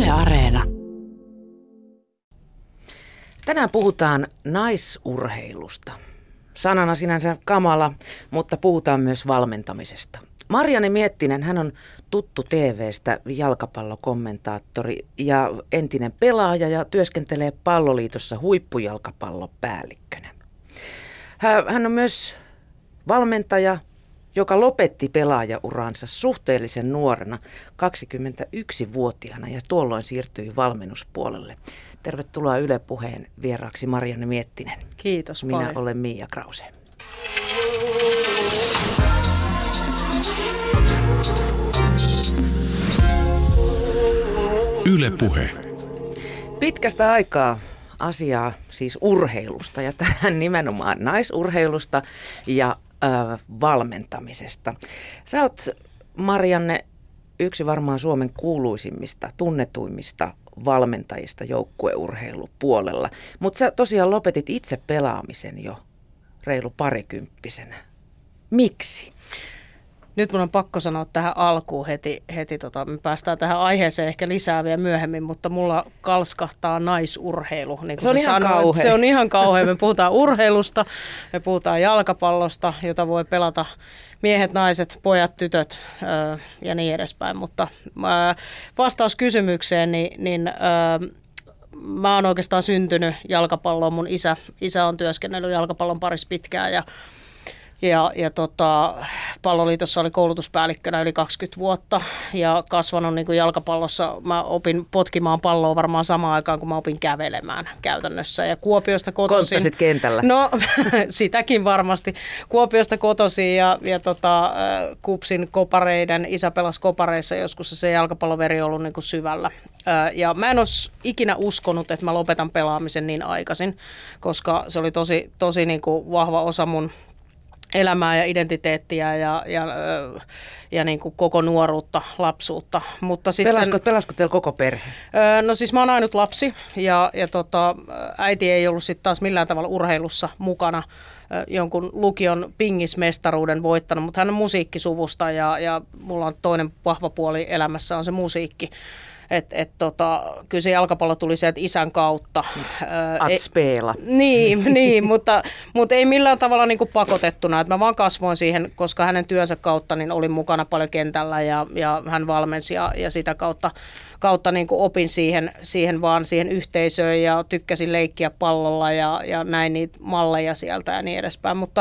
Yle Areena. Tänään puhutaan naisurheilusta. Sanana sinänsä kamala, mutta puhutaan myös valmentamisesta. Marianne Miettinen, hän on tuttu TV:stä jalkapallokommentaattori ja entinen pelaaja ja työskentelee Palloliitossa huippujalkapallopäällikkönä. Hän on myös valmentaja, joka lopetti pelaajauransa suhteellisen nuorena, 21-vuotiaana, ja tuolloin siirtyi valmennuspuolelle. Tervetuloa Yle Puheen vieraaksi Marianne Miettinen. Kiitos Minä paljon. olen Mia Krause. Yle Puhe. Pitkästä aikaa asiaa siis urheilusta ja tähän nimenomaan naisurheilusta ja valmentamisesta. Sä oot, Marianne, yksi varmaan Suomen kuuluisimmista, tunnetuimmista valmentajista joukkueurheilupuolella. Mutta sä tosiaan lopetit itse pelaamisen jo reilu parikymppisenä. Miksi? Nyt mun on pakko sanoa tähän alkuun heti me päästään tähän aiheeseen ehkä lisää vielä myöhemmin, mutta mulla kalskahtaa naisurheilu. Niin se on ihan kauhea. Se on ihan kauhea. Me puhutaan urheilusta, me puhutaan jalkapallosta, jota voi pelata miehet, naiset, pojat, tytöt ja niin edespäin. Mutta vastaus kysymykseen, niin mä oon oikeastaan syntynyt jalkapalloon. Mun isä on työskennellyt jalkapallon parissa pitkään ja Palloliitossa oli koulutuspäällikkönä yli 20 vuotta ja kasvanut niin kuin jalkapallossa. Mä opin potkimaan palloa varmaan samaan aikaan, kun mä opin kävelemään käytännössä. Ja Kuopiosta kotoisin. Konttasit kentällä? No, sitäkin varmasti. Kuopiosta kotoisin ja Kupsin kopareiden. Isä pelasi kopareissa joskus, se jalkapalloveri on ollut niin kuin syvällä. Ja mä en olisi ikinä uskonut, että mä lopetan pelaamisen niin aikaisin, koska se oli tosi niin kuin vahva osa mun elämää ja identiteettiä ja niin kuin koko nuoruutta, lapsuutta. Mutta sitten, pelasko teillä koko perhe? No siis mä oon ainut lapsi ja äiti ei ollut sitten taas millään tavalla urheilussa mukana. Jonkun lukion pingismestaruuden voittanut, mutta hän on musiikkisuvusta ja mulla on toinen vahva puoli elämässä on se musiikki. Kyllä se jalkapallo tuli sieltä isän kautta. Speela. Niin mutta ei millään tavalla niin kuin pakotettuna. Mä vaan kasvoin siihen, koska hänen työnsä kautta niin olin mukana paljon kentällä ja hän valmensi ja sitä kautta niin kuin opin siihen yhteisöön ja tykkäsin leikkiä pallolla ja näin niitä malleja sieltä ja niin edespäin. Mutta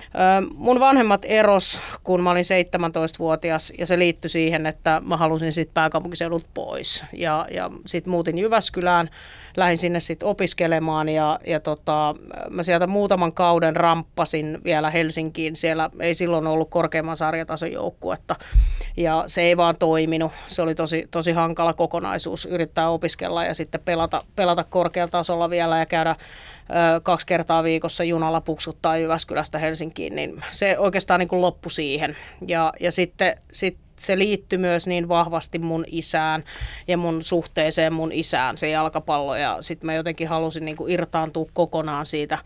mun vanhemmat eros, kun mä olin 17-vuotias ja se liittyi siihen, että mä halusin sitten pääkaupunkiseudulta pois. Ja sitten muutin Jyväskylään, lähdin sinne sitten opiskelemaan ja mä sieltä muutaman kauden ramppasin vielä Helsinkiin. Siellä ei silloin ollut korkeamman sarjatason joukkuetta ja se ei vaan toiminut. Se oli tosi hankala kokonaisuus yrittää opiskella ja sitten pelata korkealla tasolla vielä ja käydä 2 kertaa viikossa junalla puksuttaa Jyväskylästä Helsinkiin, niin se oikeastaan niin kuin loppui siihen. Ja sitten se liittyi myös niin vahvasti mun isään ja mun suhteeseen mun isään, se jalkapallo. Ja sitten mä jotenkin halusin niin kuin irtaantua kokonaan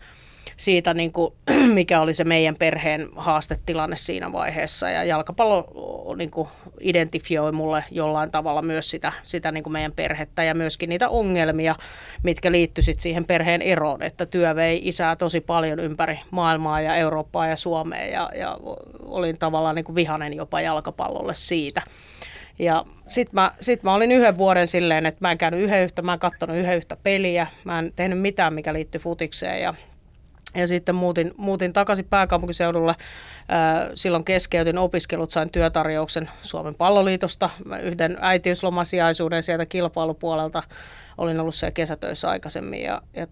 siitä niin kuin, mikä oli se meidän perheen haastetilanne siinä vaiheessa. Ja jalkapallo niin kuin identifioi mulle jollain tavalla myös sitä niin kuin meidän perhettä ja myöskin niitä ongelmia, mitkä liittyi siihen perheen eroon. Että työ vei isää tosi paljon ympäri maailmaa ja Eurooppaa ja Suomea ja olin tavallaan niin kuin vihainen jopa jalkapallolle siitä. Ja sit mä olin 1 vuoden silleen, että mä en käynyt mä en katsonut yhtä peliä, mä en tehnyt mitään, mikä liittyi futikseen ja sitten muutin takaisin pääkaupunkiseudulle. Silloin keskeytin opiskelut, sain työtarjouksen Suomen Palloliitosta, yhden äitiyslomasijaisuuden sieltä kilpailupuolelta. Olin ollut siellä kesätöissä aikaisemmin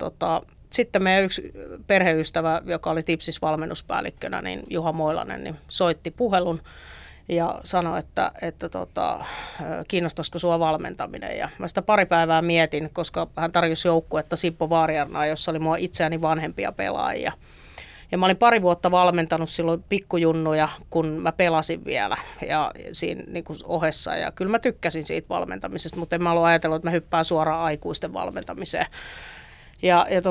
sitten meidän yksi perheystävä, joka oli Tipsis valmennuspäällikkönä, niin Juha Moilanen, niin soitti puhelun ja sanoi, että kiinnostaisiko sua valmentaminen. Ja mä sitä pari päivää mietin, koska hän tarjosi joukkuetta Sippo Vaariarnaa, jossa oli mua itseäni vanhempia pelaajia. Ja mä olin 2 vuotta valmentanut silloin pikkujunnuja, kun mä pelasin vielä ja siinä niin kuin ohessa. Ja kyllä mä tykkäsin siitä valmentamisesta, mutta en mä ollut ajatellut, että mä hyppään suoraan aikuisten valmentamiseen. Ja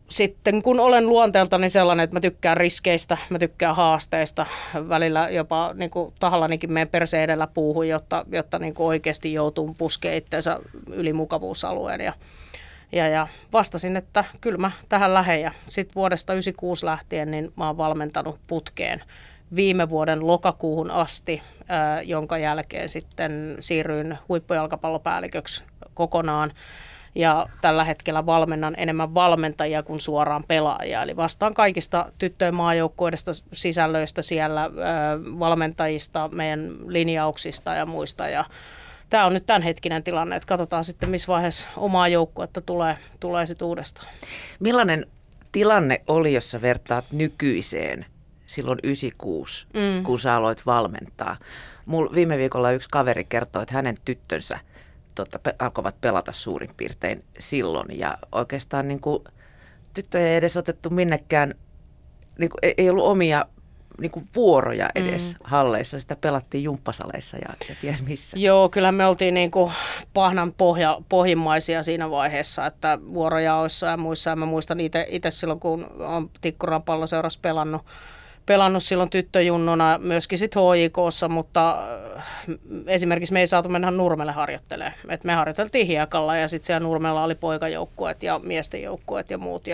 sitten kun olen luonteeltani sellainen, että mä tykkään riskeistä, mä tykkään haasteista, välillä jopa niin kuin tahallanikin menen perseen edellä puuhun, jotta niin kuin oikeasti joutuu puskemaan itseensä yli mukavuusalueen. Ja vastasin, että kyllä mä tähän lähden. Ja sitten vuodesta 1996 lähtien niin mä oon valmentanut putkeen viime vuoden lokakuuhun asti, jonka jälkeen sitten siirryin huippujalkapallopäälliköksi kokonaan. Ja tällä hetkellä valmennan enemmän valmentajia kuin suoraan pelaajia. Eli vastaan kaikista tyttöjen maajoukkueista, sisällöistä siellä, valmentajista, meidän linjauksista ja muista. Ja tämä on nyt tämänhetkinen tilanne, että katsotaan sitten missä vaiheessa omaa joukkuetta tulee sitten uudestaan. Millainen tilanne oli, jos sä vertaat nykyiseen silloin 96, kun sä aloit valmentaa? Viime viikolla yksi kaveri kertoi, että hänen tyttönsä alkoivat pelata suurin piirtein silloin ja oikeastaan niin kuin, tyttöjä ei edes otettu minnekään, niin kuin, ei ollut omia niin kuin vuoroja edes halleissa, sitä pelattiin jumppasaleissa ja ties missä. Joo, kyllä me oltiin niin kuin pahnan pohjimmaisia siinä vaiheessa, että vuorojaoissa ja muissa, ja mä muistan itse silloin, kun olen Tikkuran palloseurassa pelannut silloin tyttöjunnuna, myöskin sitten HJK:ssa, mutta esimerkiksi me ei saatu mennä Nurmelle harjoittelemaan. Et me harjoiteltiin Hiekalla ja sitten siellä Nurmella oli poikajoukkueet ja miesten joukkueet ja muut.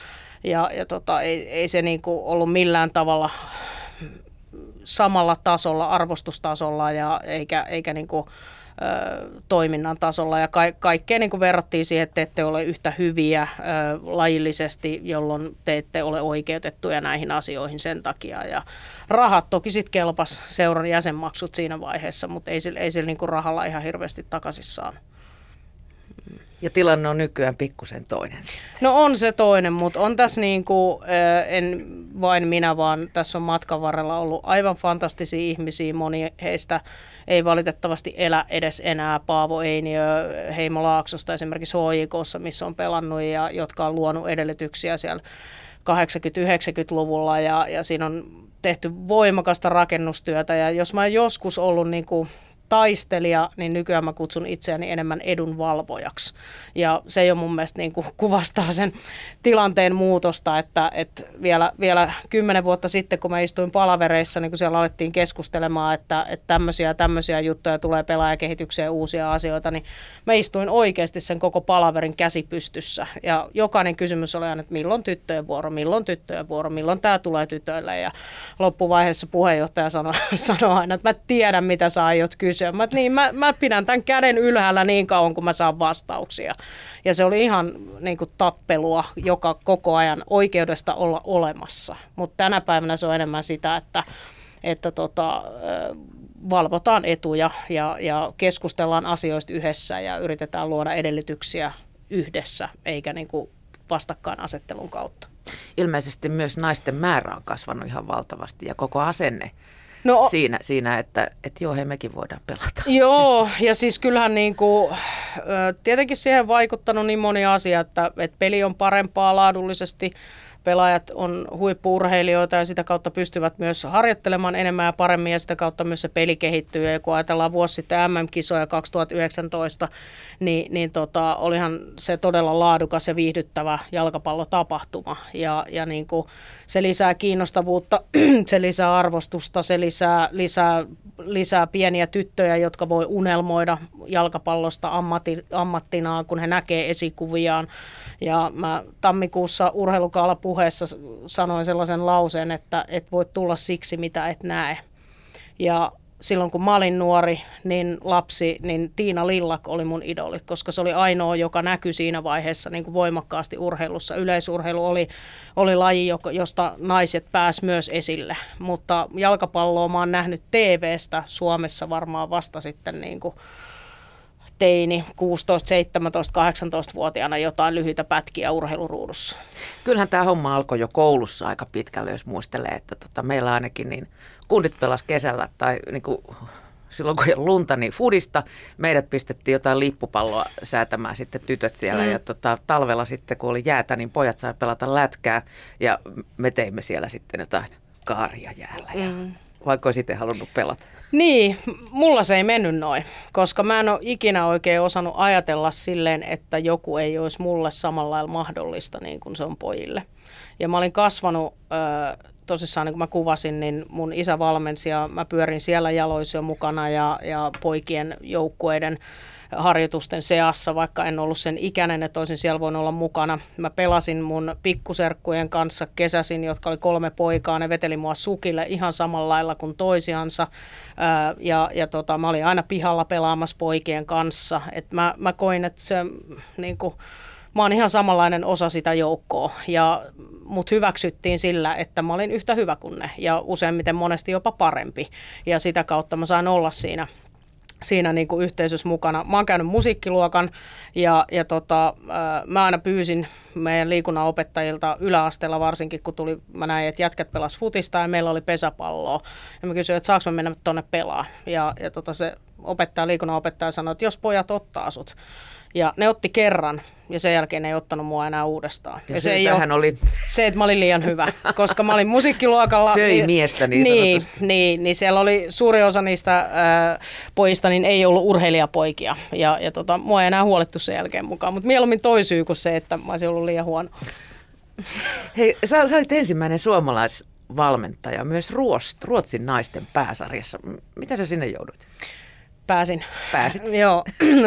Ei se niinku ollut millään tavalla samalla tasolla, arvostustasolla eikä niinku, toiminnan tasolla ja kaikkea niin kuin verrattiin siihen, että te ette ole yhtä hyviä lajillisesti, jolloin te ette ole oikeutettuja näihin asioihin sen takia. Ja rahat toki sitten kelpas seuran jäsenmaksut siinä vaiheessa, mutta ei sillä niin kuin rahalla ihan hirveästi takaisin saanut. Ja tilanne on nykyään pikkusen toinen sitten. No on se toinen, mutta on tässä niin kuin, en vain minä, vaan tässä on matkan varrella ollut aivan fantastisia ihmisiä. Moni heistä ei valitettavasti elä edes enää. Paavo Einiö Heimo Laaksosta esimerkiksi HJK:ssa, missä on pelannut ja jotka on luonut edellytyksiä siellä 80-90-luvulla ja siinä on tehty voimakasta rakennustyötä. Ja jos mä oon joskus ollut niin kuin taistelija, niin nykyään mä kutsun itseäni enemmän edunvalvojaksi. Ja se jo mun mielestä niin kuin kuvastaa sen tilanteen muutosta, että vielä 10 vuotta sitten, kun mä istuin palavereissa, niin kun siellä alettiin keskustelemaan, että tämmöisiä juttuja tulee pelaajakehitykseen, uusia asioita, niin mä istuin oikeasti sen koko palaverin käsi pystyssä. Ja jokainen kysymys oli aina, että milloin tyttöjen vuoro, milloin tämä tulee tytöille. Ja loppuvaiheessa puheenjohtaja sanoi aina, että mä tiedän, mitä sä aiot kysyä. Mä pidän tämän käden ylhäällä niin kauan, kun mä saan vastauksia. Ja se oli ihan niin kuin tappelua joka koko ajan oikeudesta olla olemassa. Mutta tänä päivänä se on enemmän sitä, että valvotaan etuja ja keskustellaan asioista yhdessä ja yritetään luoda edellytyksiä yhdessä, eikä niin kuin vastakkainasettelun kautta. Ilmeisesti myös naisten määrä on kasvanut ihan valtavasti ja koko asenne. Siinä että joo, hei, mekin voidaan pelata. Joo, ja siis kyllähän niin kuin, tietenkin siihen vaikuttanut niin moni asia, että peli on parempaa laadullisesti, pelaajat on huippu-urheilijoita ja sitä kautta pystyvät myös harjoittelemaan enemmän ja paremmin ja sitä kautta myös se peli kehittyy. Ja kun ajatellaan vuosi sitten MM-kisoja 2019, niin olihan se todella laadukas ja viihdyttävä jalkapallotapahtuma. Ja niin kuin se lisää kiinnostavuutta, se lisää arvostusta, se lisää pieniä tyttöjä, jotka voi unelmoida jalkapallosta ammattinaan, kun he näkee esikuviaan. Ja mä tammikuussa urheilukaala-puheessa sanoin sellaisen lauseen, että et voi tulla siksi, mitä et näe. Ja silloin kun mä olin nuori, niin lapsi, niin Tiina Lillak oli mun idoli, koska se oli ainoa, joka näkyi siinä vaiheessa niin kuin voimakkaasti urheilussa. Yleisurheilu oli laji, josta naiset pääsi myös esille, mutta jalkapalloa mä oon nähnyt TV:stä Suomessa varmaan vasta sitten niin kuin teini, 16, 17, 18-vuotiaana jotain lyhyitä pätkiä urheiluruudussa. Kyllähän tämä homma alkoi jo koulussa aika pitkälle, jos muistelee, että meillä ainakin niin kundit pelas kesällä tai niin kuin silloin kun ei ollut lunta, niin fudista. Meidät pistettiin jotain lippupalloa säätämään sitten tytöt siellä ja talvella sitten kun oli jäätä, niin pojat sai pelata lätkää ja me teimme siellä sitten jotain kaaria jäällä. vaikka olisit itse halunnut pelata? Niin, mulla se ei mennyt noin, koska mä en ole ikinä oikein osannut ajatella silleen, että joku ei olisi mulle samalla lailla mahdollista niin kuin se on pojille. Ja mä olin kasvanut, tosissaan niin kuin mä kuvasin, niin mun isä valmensi ja mä pyörin siellä jaloissa mukana ja poikien joukkueiden harjoitusten seassa, vaikka en ollut sen ikäinen, että olisin siellä voinut olla mukana. Mä pelasin mun pikkuserkkujen kanssa kesäsin, jotka oli 3 poikaa. Ne veteli mua sukille ihan samalla lailla kuin toisiansa. Mä olin aina pihalla pelaamassa poikien kanssa. Et mä koin, että se, niinku, mä oon ihan samanlainen osa sitä joukkoa. Ja mut hyväksyttiin sillä, että mä olin yhtä hyvä kuin ne. Ja useimmiten monesti jopa parempi. Ja sitä kautta mä sain olla siinä niin kuin yhteisössä mukana. Mä oon käynyt musiikkiluokan ja mä aina pyysin meidän liikunnanopettajilta yläasteella varsinkin, kun mä näin, että jätkät pelas futista ja meillä oli pesäpalloa. Ja mä kysyin, että saanko mä mennä tonne pelaa. Se liikunnanopettaja sanoi, että jos pojat ottaa sut. Ja ne otti kerran ja sen jälkeen ne ei ottanut mua enää uudestaan. Ja se oli se, että mä olin liian hyvä, koska mä olin musiikkiluokalla. Söi miestä niin sanotusti. Niin siellä oli suuri osa niistä pojista, niin ei ollut urheilijapoikia. Mua ei enää huolittu sen jälkeen mukaan, mutta mieluummin toi syy kuin se, että mä olisin ollut liian huono. Hei, sä olit ensimmäinen suomalaisvalmentaja myös Ruotsin naisten pääsarjassa. Mitä sä sinne joudut? Pääsit? Joo.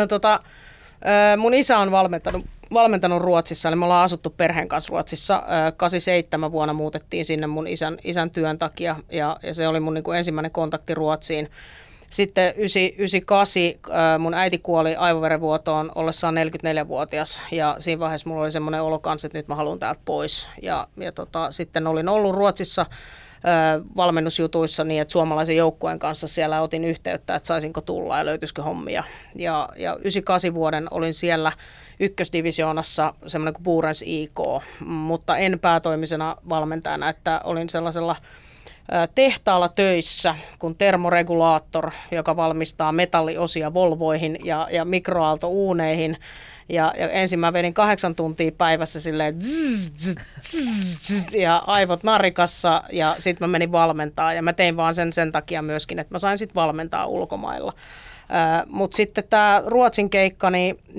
Mun isä on valmentanut Ruotsissa, eli me ollaan asuttu perheen kanssa Ruotsissa. 87 vuonna muutettiin sinne mun isän työn takia, ja se oli mun niin kuin ensimmäinen kontakti Ruotsiin. Sitten 98 mun äiti kuoli aivoverenvuotoon ollessaan 44-vuotias, ja siinä vaiheessa mulla oli semmoinen olo kanssa, että nyt mä haluan täältä pois. Sitten olin ollut Ruotsissa valmennusjutuissa niin, että suomalaisen joukkueen kanssa siellä otin yhteyttä, että saisinko tulla ja löytyisikö hommia. Ja 98 vuoden olin siellä ykkösdivisioonassa semmoinen kuin Burens IK, mutta en päätoimisena valmentajana, että olin sellaisella tehtaalla töissä kuin termoregulaattor, joka valmistaa metalliosia Volvoihin ja mikroaaltouuneihin. Ja ensin mä vedin 8 tuntia päivässä silleen ja aivot narikassa ja sitten mä menin valmentaa ja mä tein vaan sen takia myöskin, että mä sain sitten valmentaa ulkomailla. Mutta sitten tämä Ruotsin keikka,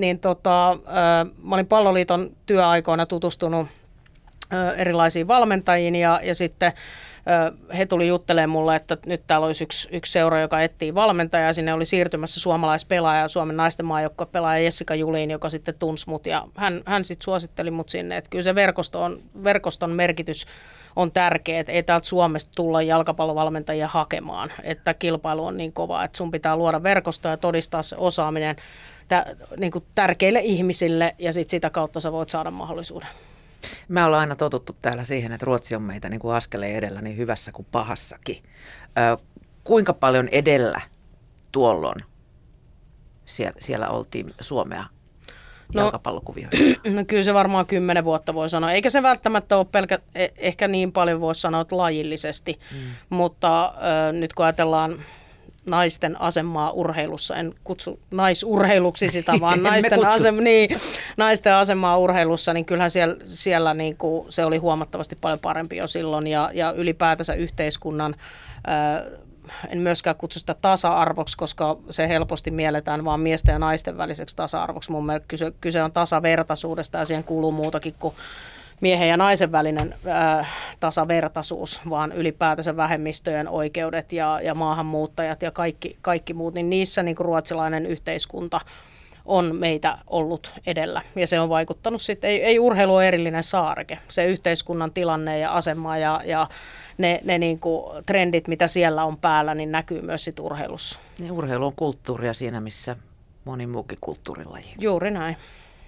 mä olin Palloliiton työaikoina tutustunut erilaisiin valmentajiin ja sitten he tuli juttelemaan mulle, että nyt täällä olisi yksi seura, joka etsii valmentajaa. Sinne oli siirtymässä suomalaispelaaja, Suomen naisten maajoukkuepelaaja Jessica Julin, joka sitten tunsi mut. Ja hän sitten suositteli mut sinne. Että kyllä se verkoston merkitys on tärkeä. Että ei täältä Suomesta tulla jalkapallovalmentajia hakemaan. Että kilpailu on niin kova, että sun pitää luoda verkostoa ja todistaa se osaaminen niin kuin tärkeille ihmisille. Ja sitten sitä kautta sä voit saada mahdollisuuden. Me ollaan aina totuttu täällä siihen, että Ruotsi on meitä niin kuin askeleen edellä niin hyvässä kuin pahassakin. Kuinka paljon edellä tuolloin siellä oltiin Suomea jalkapallokuvioissa? No kyllä se varmaan 10 vuotta voi sanoa. Eikä se välttämättä ole ehkä niin paljon voi sanoa, että lajillisesti, mutta nyt kun ajatellaan naisten asemaa urheilussa, en kutsu naisurheiluksi sitä, vaan naisten asemaa urheilussa, niin kyllähän siellä niin kuin se oli huomattavasti paljon parempi jo silloin ja ylipäätänsä yhteiskunnan, en myöskään kutsu sitä tasa-arvoksi, koska se helposti mielletään vaan miesten ja naisten väliseksi tasa-arvoksi. Mun mielestä kyse on tasavertaisuudesta ja siihen kuuluu muutakin kuin miehen ja naisen välinen tasavertaisuus, vaan ylipäätänsä vähemmistöjen oikeudet ja maahanmuuttajat ja kaikki muut, niin niissä niin kuin ruotsalainen yhteiskunta on meitä ollut edellä. Ja se on vaikuttanut sitten, ei urheilu ole erillinen saareke, se yhteiskunnan tilanne ja asema ja ne niin kuin trendit, mitä siellä on päällä, niin näkyy myös sit urheilussa. Ja urheilu on kulttuuria siinä, missä moni muukin kulttuurilaji. Juuri näin.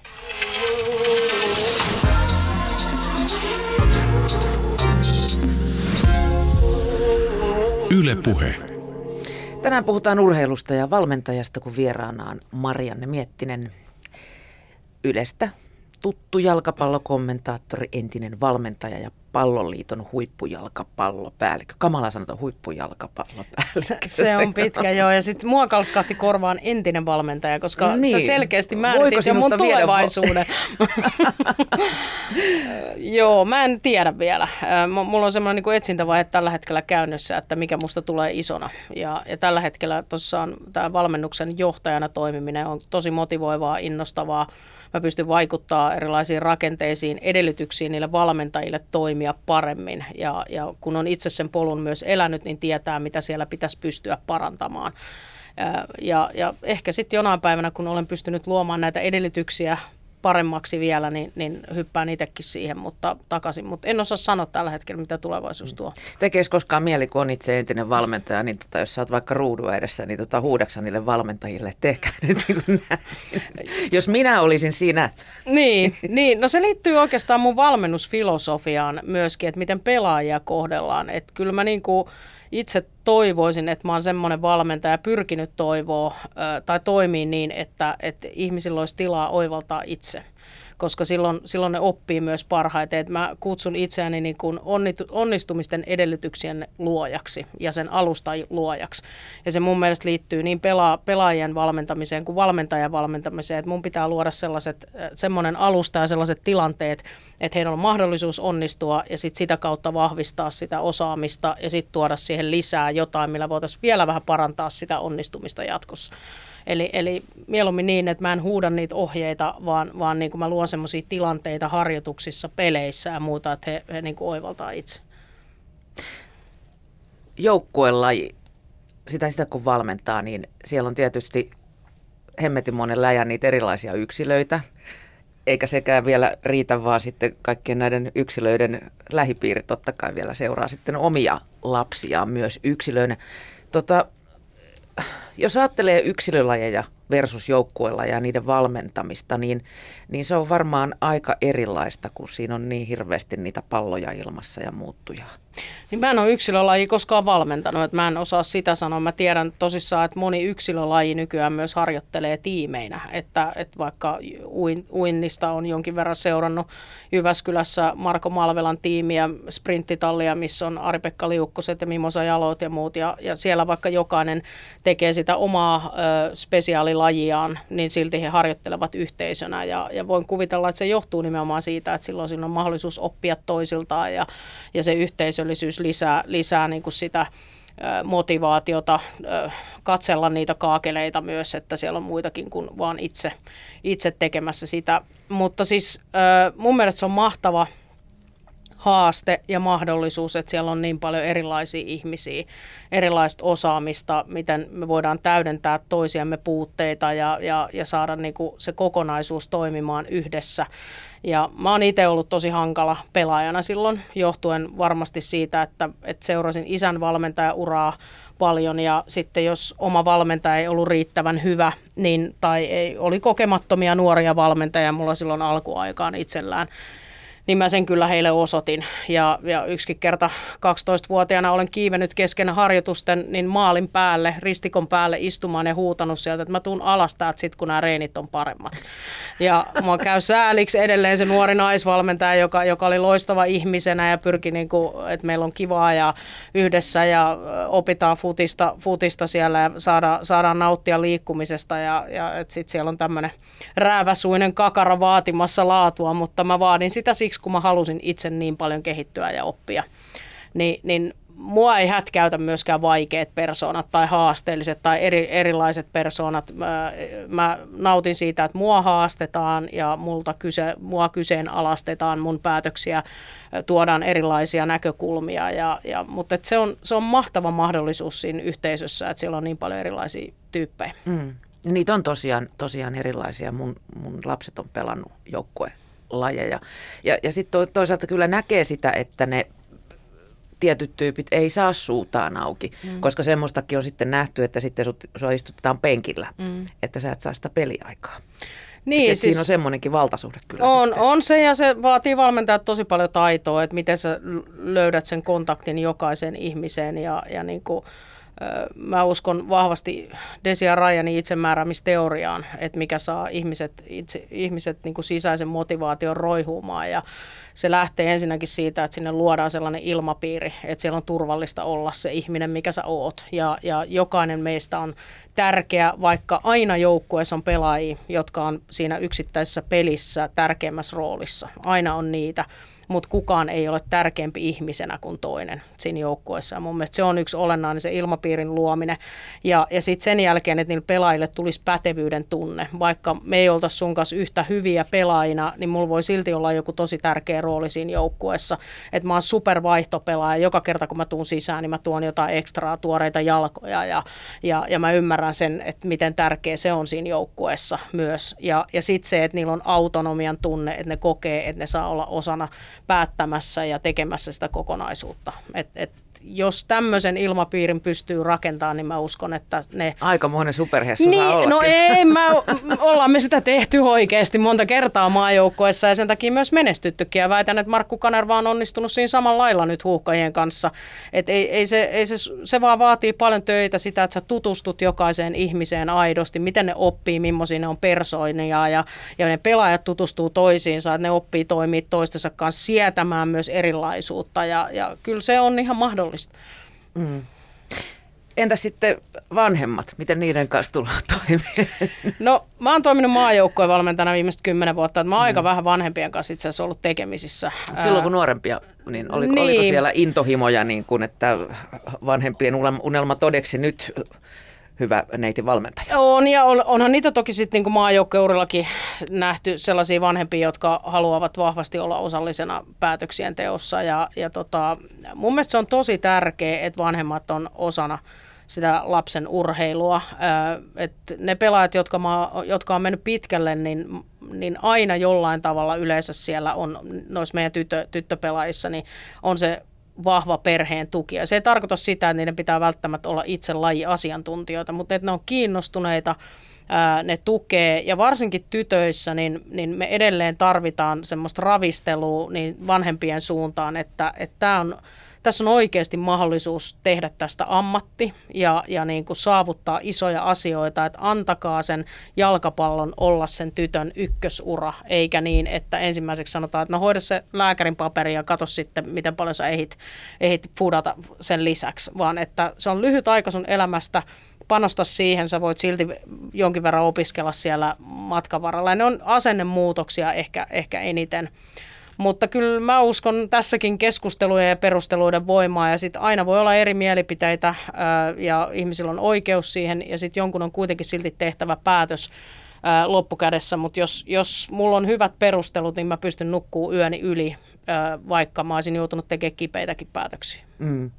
Yle Puhe. Tänään puhutaan urheilusta ja valmentajasta, kun vieraana on Marianne Miettinen, Ylestä tuttu jalkapallokommentaattori, entinen valmentaja ja palloliiton huippujalkapallopäällikkö. Kamala sanotaan huippujalkapallopäällikkö. Se on pitkä, joo. Ja sitten mua kalskahti korvaan entinen valmentaja, koska niin. Sä selkeästi määritit jo mun tulevaisuuden. Joo, mä en tiedä vielä. Mulla on semmoinen niin etsintävaihe tällä hetkellä käynnissä, että mikä musta tulee isona. Ja tällä hetkellä tuossa tämä valmennuksen johtajana toimiminen on tosi motivoivaa, innostavaa. Mä pystyn vaikuttamaan erilaisiin rakenteisiin, edellytyksiin niille valmentajille toimia paremmin. Ja kun on itse sen polun myös elänyt, niin tietää, mitä siellä pitäisi pystyä parantamaan. Ja ehkä sitten jonain päivänä, kun olen pystynyt luomaan näitä edellytyksiä paremmaksi vielä, niin hyppään itsekin siihen, mutta takaisin. Mutta en osaa sanoa tällä hetkellä, mitä tulevaisuus tuo. Tekeekö koskaan mieli, kun on itse entinen valmentaja, niin jos sä oot vaikka ruudun edessä, niin huudaksa niille valmentajille, tehkää nyt niin kuin näin. Jos minä olisin sinä. Niin, no se liittyy oikeastaan mun valmennusfilosofiaan myöskin, että miten pelaajia kohdellaan. Että kyllä mä niin kuin itse toivoisin, että mä oon semmoinen valmentaja pyrkinyt toivoa tai toimii niin, että ihmisillä olisi tilaa oivaltaa itse, koska silloin ne oppii myös parhaiten. Että mä kutsun itseäni niin kuin onnistumisten edellytyksien luojaksi ja sen alustan luojaksi. Ja se mun mielestä liittyy niin pelaajien valmentamiseen kuin valmentajan valmentamiseen, että mun pitää luoda semmoinen alusta ja sellaiset tilanteet, että heillä on mahdollisuus onnistua ja sit sitä kautta vahvistaa sitä osaamista ja sitten tuoda siihen lisää jotain, millä voitaisiin vielä vähän parantaa sitä onnistumista jatkossa. Eli mieluummin niin, että mä en huuda niitä ohjeita, vaan niin kuin mä luon semmoisia tilanteita harjoituksissa, peleissä ja muuta, että he niin kuin oivaltaa itse. Joukkuelaji, sitä kun valmentaa, niin siellä on tietysti hemmetin monen läjän niitä erilaisia yksilöitä, eikä sekään vielä riitä, vaan sitten kaikkien näiden yksilöiden lähipiiri totta kai vielä seuraa sitten omia lapsiaan myös yksilöinä. Jos ajattelee yksilölajeja versus joukkuelajeja ja niiden valmentamista, niin se on varmaan aika erilaista, kun siinä on niin hirveästi niitä palloja ilmassa ja muuttujaa. Niin mä en ole yksilölaji koskaan valmentanut, että mä en osaa sitä sanoa. Mä tiedän tosissaan, että moni yksilölaji nykyään myös harjoittelee tiimeinä, että vaikka uinnista on jonkin verran seurannut Jyväskylässä Marko Malvelan tiimiä, sprinttitallia, missä on Ari-Pekka Liukkoset ja Mimosa Jalot ja muut, ja siellä vaikka jokainen tekee sitä omaa spesiaalilajiaan, niin silti he harjoittelevat yhteisönä, ja voin kuvitella, että se johtuu nimenomaan siitä, että silloin on mahdollisuus oppia toisiltaan, ja se yhteisöllisyys lisää niin kuin sitä motivaatiota katsella niitä kaakeleita myös, että siellä on muitakin kuin vaan itse tekemässä sitä. Mutta siis mun mielestä se on mahtava haaste ja mahdollisuus, että siellä on niin paljon erilaisia ihmisiä, erilaista osaamista, miten me voidaan täydentää toisiamme puutteita ja saada niin kuin se kokonaisuus toimimaan yhdessä. Ja mä oon itse ollut tosi hankala pelaajana silloin, johtuen varmasti siitä, että seurasin isän valmentajauraa paljon, ja sitten jos oma valmentaja ei ollut riittävän hyvä, tai oli kokemattomia nuoria valmentajia mulla silloin alkuaikaan itsellään, niin mä sen kyllä heille osoitin. Ja yksikin kerta 12-vuotiaana olen kiivennyt kesken harjoitusten niin maalin päälle, ristikon päälle istumaan ja huutanut sieltä, että mä tuun alas täältä sit, kun nämä reenit on paremmat. Ja mua käy sääliksi edelleen se nuori naisvalmentaja, joka oli loistava ihmisenä ja pyrki, niin kuin, että meillä on kivaa ja yhdessä ja opitaan futista siellä ja saadaan nauttia liikkumisesta. Ja että sitten siellä on tämmöinen rääväsuinen kakara vaatimassa laatua, mutta mä vaadin sitä siksi, kun mä halusin itse niin paljon kehittyä ja oppia, niin mua ei hätkäytä myöskään vaikeat persoonat tai haasteelliset tai erilaiset persoonat. Mä nautin siitä, että mua haastetaan ja mua kyseenalaistetaan, mun päätöksiä tuodaan erilaisia näkökulmia, mutta se on mahtava mahdollisuus siinä yhteisössä, että siellä on niin paljon erilaisia tyyppejä. Niitä on tosiaan erilaisia. Mun lapset on pelannut joukkuelajeja. Ja sitten toisaalta kyllä näkee sitä, että ne tietyt tyypit ei saa suutaan auki, koska semmoistakin on sitten nähty, että sitten sua istutetaan penkillä, että sä et saa sitä peliaikaa. Niin, siis siinä on semmoinenkin valtasuhde kyllä. On se, ja se vaatii valmentajat tosi paljon taitoa, että miten sä löydät sen kontaktin jokaiseen ihmiseen ja niin kuin Mä uskon vahvasti Desi ja Ryanin itsemääräämisteoriaan, että mikä saa ihmiset niin kuin sisäisen motivaation roihumaan. Ja se lähtee ensinnäkin siitä, että sinne luodaan sellainen ilmapiiri, että siellä on turvallista olla se ihminen, mikä sä oot. Ja jokainen meistä on tärkeä, vaikka aina joukkueessa on pelaajia, jotka on siinä yksittäisessä pelissä tärkeimmässä roolissa. Aina on niitä. Mutta kukaan ei ole tärkeämpi ihmisenä kuin toinen siinä joukkueessa. Ja mun mielestä se on yksi olennainen, se ilmapiirin luominen. Ja sitten sen jälkeen, että niille pelaajille tulisi pätevyyden tunne. Vaikka me ei oltaisi sun kanssa yhtä hyviä pelaajina, niin mulla voi silti olla joku tosi tärkeä rooli siinä joukkueessa. Että mä oon supervaihtopelaaja. Joka kerta, kun mä tuun sisään, niin mä tuon jotain ekstraa, tuoreita jalkoja. Ja mä ymmärrän sen, että miten tärkeä se on siinä joukkueessa myös. Ja sitten se, että niillä on autonomian tunne, että ne kokee, että ne saa olla osana päättämässä ja tekemässä sitä kokonaisuutta. Jos tämmöisen ilmapiirin pystyy rakentamaan, niin mä uskon, että ne... Aikamoinen superhessu saa olla. No ei, ollaan me sitä tehty oikeasti monta kertaa maajoukkueessa ja sen takia myös menestyttykin. Ja väitän, että Markku Kanerva on onnistunut siinä samalla lailla nyt Huuhkajien kanssa. Se vaan vaatii paljon töitä sitä, että sä tutustut jokaiseen ihmiseen aidosti, miten ne oppii, millaisia ne on persoonia ja ne pelaajat tutustuu toisiinsa, että ne oppii toimia toistensa kanssa, sietämään myös erilaisuutta ja kyllä se on ihan mahdollista. Mm. Entä sitten vanhemmat? Miten niiden kanssa tullaan toimimaan? No mä oon toiminut maajoukkojen valmentajana viimeiset 10 vuotta. Mä oon aika vähän vanhempien kanssa itse asiassa ollut tekemisissä. Silloin kun nuorempia, niin oliko siellä intohimoja, niin kuin, että vanhempien unelma todeksi nyt hyvä neiti valmentaja? On ja onhan niitä toki sitten niin maajoukkueurillakin nähty sellaisia vanhempia, jotka haluavat vahvasti olla osallisena päätöksien teossa. Ja mun mielestä se on tosi tärkeää, että vanhemmat on osana sitä lapsen urheilua. Että ne pelaajat, jotka on mennyt pitkälle, niin aina jollain tavalla yleensä siellä on, noissa meidän tyttöpelaajissa, niin on se vahva perheen tuki. Ja se ei tarkoita sitä, että niiden pitää välttämättä olla itse lajiasiantuntijoita, mutta että ne on kiinnostuneita, ne tukee. Ja varsinkin tytöissä, niin me edelleen tarvitaan semmoista ravistelua niin vanhempien suuntaan, että tässä on oikeasti mahdollisuus tehdä tästä ammatti ja niin kuin saavuttaa isoja asioita, että antakaa sen jalkapallon olla sen tytön ykkösura, eikä niin, että ensimmäiseksi sanotaan, että no hoida se lääkärin paperi ja katso sitten, miten paljon sä ehdit fudata sen lisäksi, vaan että se on lyhyt aika sun elämästä, panosta siihen, sä voit silti jonkin verran opiskella siellä matkan varrella. Ja ne on asennemuutoksia ehkä eniten. Mutta kyllä mä uskon tässäkin keskustelujen ja perusteluiden voimaa ja sitten aina voi olla eri mielipiteitä ja ihmisillä on oikeus siihen ja sitten jonkun on kuitenkin silti tehtävä päätös loppukädessä, mutta jos mulla on hyvät perustelut, niin mä pystyn nukkuu yöni yli, vaikka mä olisin joutunut tekemään kipeitäkin päätöksiä. Mm.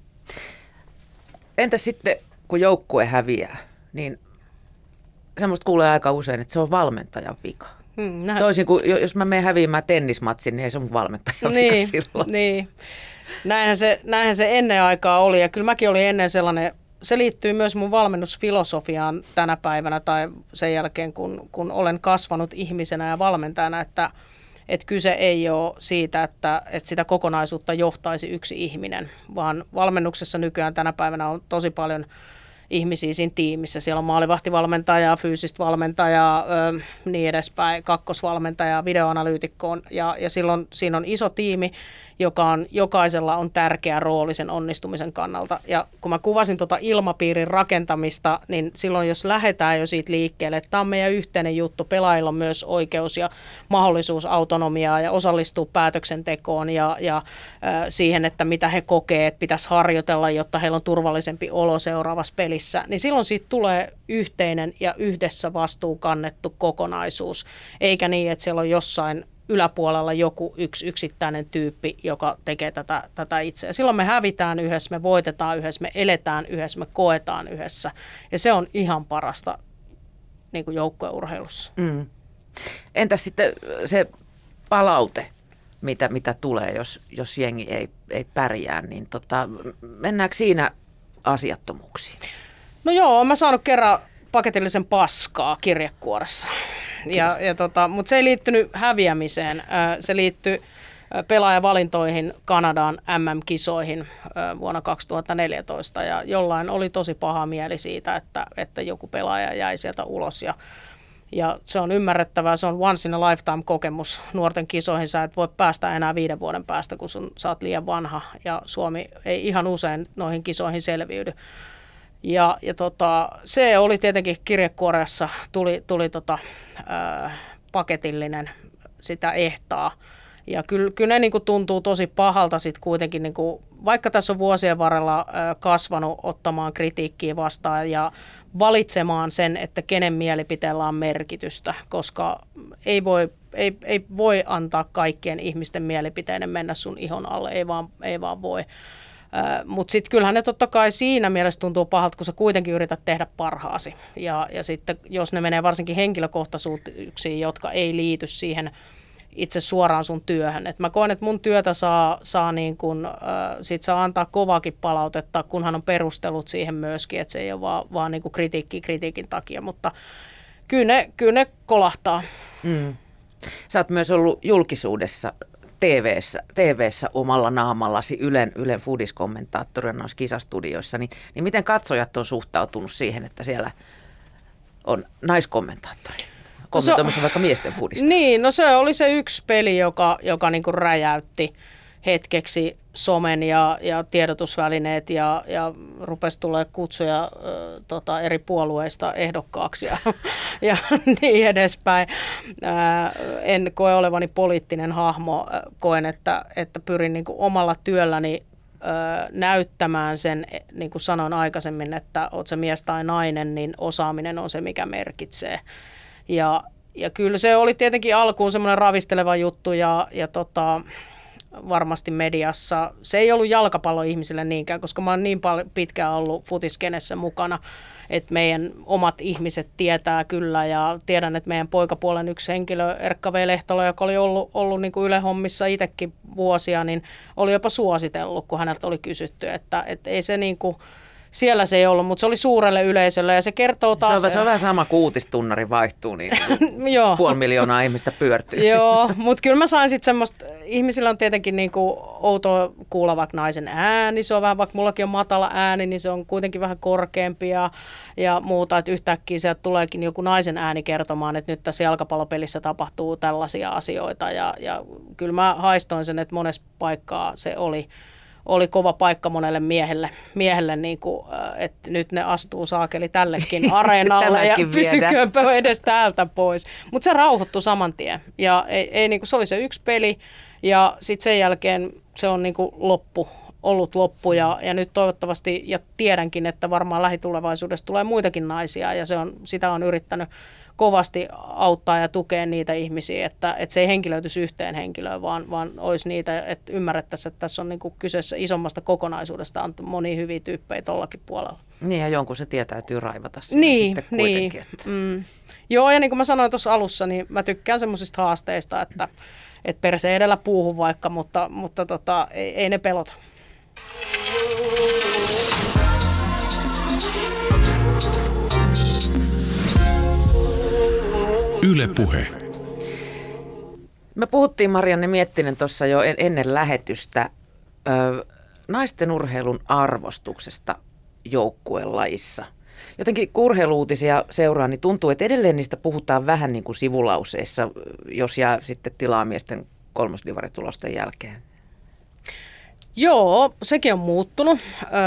Entä sitten, kun joukkue häviää, niin semmoista kuulee aika usein, että se on valmentajan vika. Toisin kuin jos mä menen häviämään tennismatsin, niin ei se mun valmentajan vika silloin. Niin. Näinhän se ennen aikaa oli ja kyllä mäkin olin ennen sellainen, se liittyy myös mun valmennusfilosofiaan tänä päivänä tai sen jälkeen, kun olen kasvanut ihmisenä ja valmentajana, että kyse ei ole siitä, että sitä kokonaisuutta johtaisi yksi ihminen, vaan valmennuksessa nykyään tänä päivänä on tosi paljon ihmisiä siinä tiimissä. Siellä on maalivahtivalmentajaa, fyysistä valmentajaa, niin edespäin, kakkosvalmentajaa, videoanalyytikkoon ja silloin siinä on iso tiimi, jokaisella on tärkeä rooli sen onnistumisen kannalta. Ja kun mä kuvasin tuota ilmapiirin rakentamista, niin silloin jos lähdetään jo siitä liikkeelle, että tämä on meidän yhteinen juttu, pelaajilla on myös oikeus ja mahdollisuus autonomiaa ja osallistua päätöksentekoon ja siihen, että mitä he kokee, että pitäisi harjoitella, jotta heillä on turvallisempi olo seuraavassa pelissä, niin silloin siitä tulee yhteinen ja yhdessä vastuu kannettu kokonaisuus, eikä niin, että siellä on jossain yläpuolella joku yksittäinen tyyppi, joka tekee tätä itse. Ja silloin me hävitään yhdessä, me voitetaan yhdessä, me eletään yhdessä, me koetaan yhdessä. Ja se on ihan parasta niin kuin joukkueurheilussa. Mm. Entäs sitten se palaute, mitä tulee, jos jengi ei pärjää, niin mennäänkö siinä asiattomuuksiin? No joo, mä saanut kerran paketillisen paskaa kirjekuoressa. Mutta se ei liittynyt häviämiseen. Se liittyi pelaajavalintoihin Kanadaan MM-kisoihin vuonna 2014 ja jollain oli tosi paha mieli siitä, että joku pelaaja jäi sieltä ulos ja se on ymmärrettävää, se on once in a lifetime kokemus nuorten kisoihin. Sä et voi päästä enää 5 vuoden päästä, kun sä oot liian vanha ja Suomi ei ihan usein noihin kisoihin selviydy. Ja se oli tietenkin kirjekuoressa, tuli paketillinen sitä ehtaa. Ja kyllä ne niinku tuntuu tosi pahalta sitten kuitenkin, niinku, vaikka tässä on vuosien varrella kasvanut ottamaan kritiikkiä vastaan ja valitsemaan sen, että kenen mielipiteellä on merkitystä, koska ei voi antaa kaikkien ihmisten mielipiteiden mennä sun ihon alle, ei vaan voi. Mutta sitten kyllähän ne totta kai siinä mielessä tuntuu pahalta, kun sä kuitenkin yrität tehdä parhaasi. Ja sitten jos ne menee varsinkin henkilökohtaisuuksiin, jotka ei liity siihen itse suoraan sun työhön. Et mä koen, että mun työtä saa niin kun, sit saa antaa kovaakin palautetta, kunhan on perustelut siihen myöskin, että se ei ole vaan niin kun kritiikin takia, mutta kyllä ne kolahtaa. Sä oot myös ollut julkisuudessa TV:ssä omalla naamallasi Ylen foodiskommentaattorina noissa kisastudioissa, niin miten katsojat on suhtautunut siihen, että siellä on naiskommentaattori? Kommentoimassa vaikka miesten foodista. Niin, no se oli se yksi peli, joka niin kuin räjäytti hetkeksi somen ja tiedotusvälineet ja rupesi tulemaan kutsuja eri puolueista ehdokkaaksi ja niin edespäin. En koe olevani poliittinen hahmo, koen, että pyrin niin kuin omalla työlläni näyttämään sen, niin kuin sanoin aikaisemmin, että oot se mies tai nainen, niin osaaminen on se, mikä merkitsee. Ja kyllä se oli tietenkin alkuun semmoinen ravisteleva juttu ja varmasti mediassa. Se ei ollut jalkapalloihmisille niinkään, koska mä oon niin pitkään ollut futiskenessä mukana, että meidän omat ihmiset tietää kyllä ja tiedän, että meidän poikapuolen yksi henkilö, Erkka V. Lehtola, joka oli ollut niin kuin Yle-hommissa itsekin vuosia, niin oli jopa suositellut, kun häneltä oli kysytty, että ei se niin kuin siellä se ei ollut, mutta se oli suurelle yleisölle ja se kertoo taas. Se on vähän sama kuin uutistunnari vaihtuu, niin 500,000 ihmistä pyörtyy. Joo, mutta kyllä mä sain sitten semmoista, ihmisillä on tietenkin niinku outoa kuulla vaikka naisen ääni, se on vähän, vaikka mullakin on matala ääni, niin se on kuitenkin vähän korkeampi ja muuta, että yhtäkkiä sieltä tuleekin joku naisen ääni kertomaan, että nyt tässä jalkapallopelissä tapahtuu tällaisia asioita ja kyllä mä haistoin sen, että monessa paikkaa se oli kova paikka monelle miehelle niin kuin, että nyt ne astuu saakeli tällekin areenalle ja pysyköönpä edes täältä pois. Mutta se rauhoittui saman tien ja ei, niin kuin, se oli se yksi peli ja sitten sen jälkeen se on niin kuin ollut loppu ja nyt toivottavasti ja tiedänkin, että varmaan lähitulevaisuudessa tulee muitakin naisia ja sitä on yrittänyt kovasti auttaa ja tukea niitä ihmisiä, että se ei henkilöityisi yhteen henkilöön, vaan olisi niitä, että ymmärrettäisiin, että tässä on niin kuin kyseessä isommasta kokonaisuudesta, on monia hyviä tyyppejä tuollakin puolella. Niin ja jonkun se täytyy raivata sitten kuitenkin. Että. Joo ja niin kuin mä sanoin tuossa alussa, niin mä tykkään semmoisista haasteista, että perse edellä puuhun vaikka, mutta ei ne pelota. Yle Puhe. Me puhuttiin Marianne Miettinen tuossa jo ennen lähetystä naisten urheilun arvostuksesta joukkuelajissa. Jotenkin kun urheiluutisia seuraa, niin tuntuu, että edelleen niistä puhutaan vähän niin kuin sivulauseissa, jos jää sitten tilaa miesten kolmosdivaritulosten jälkeen. Joo, sekin on muuttunut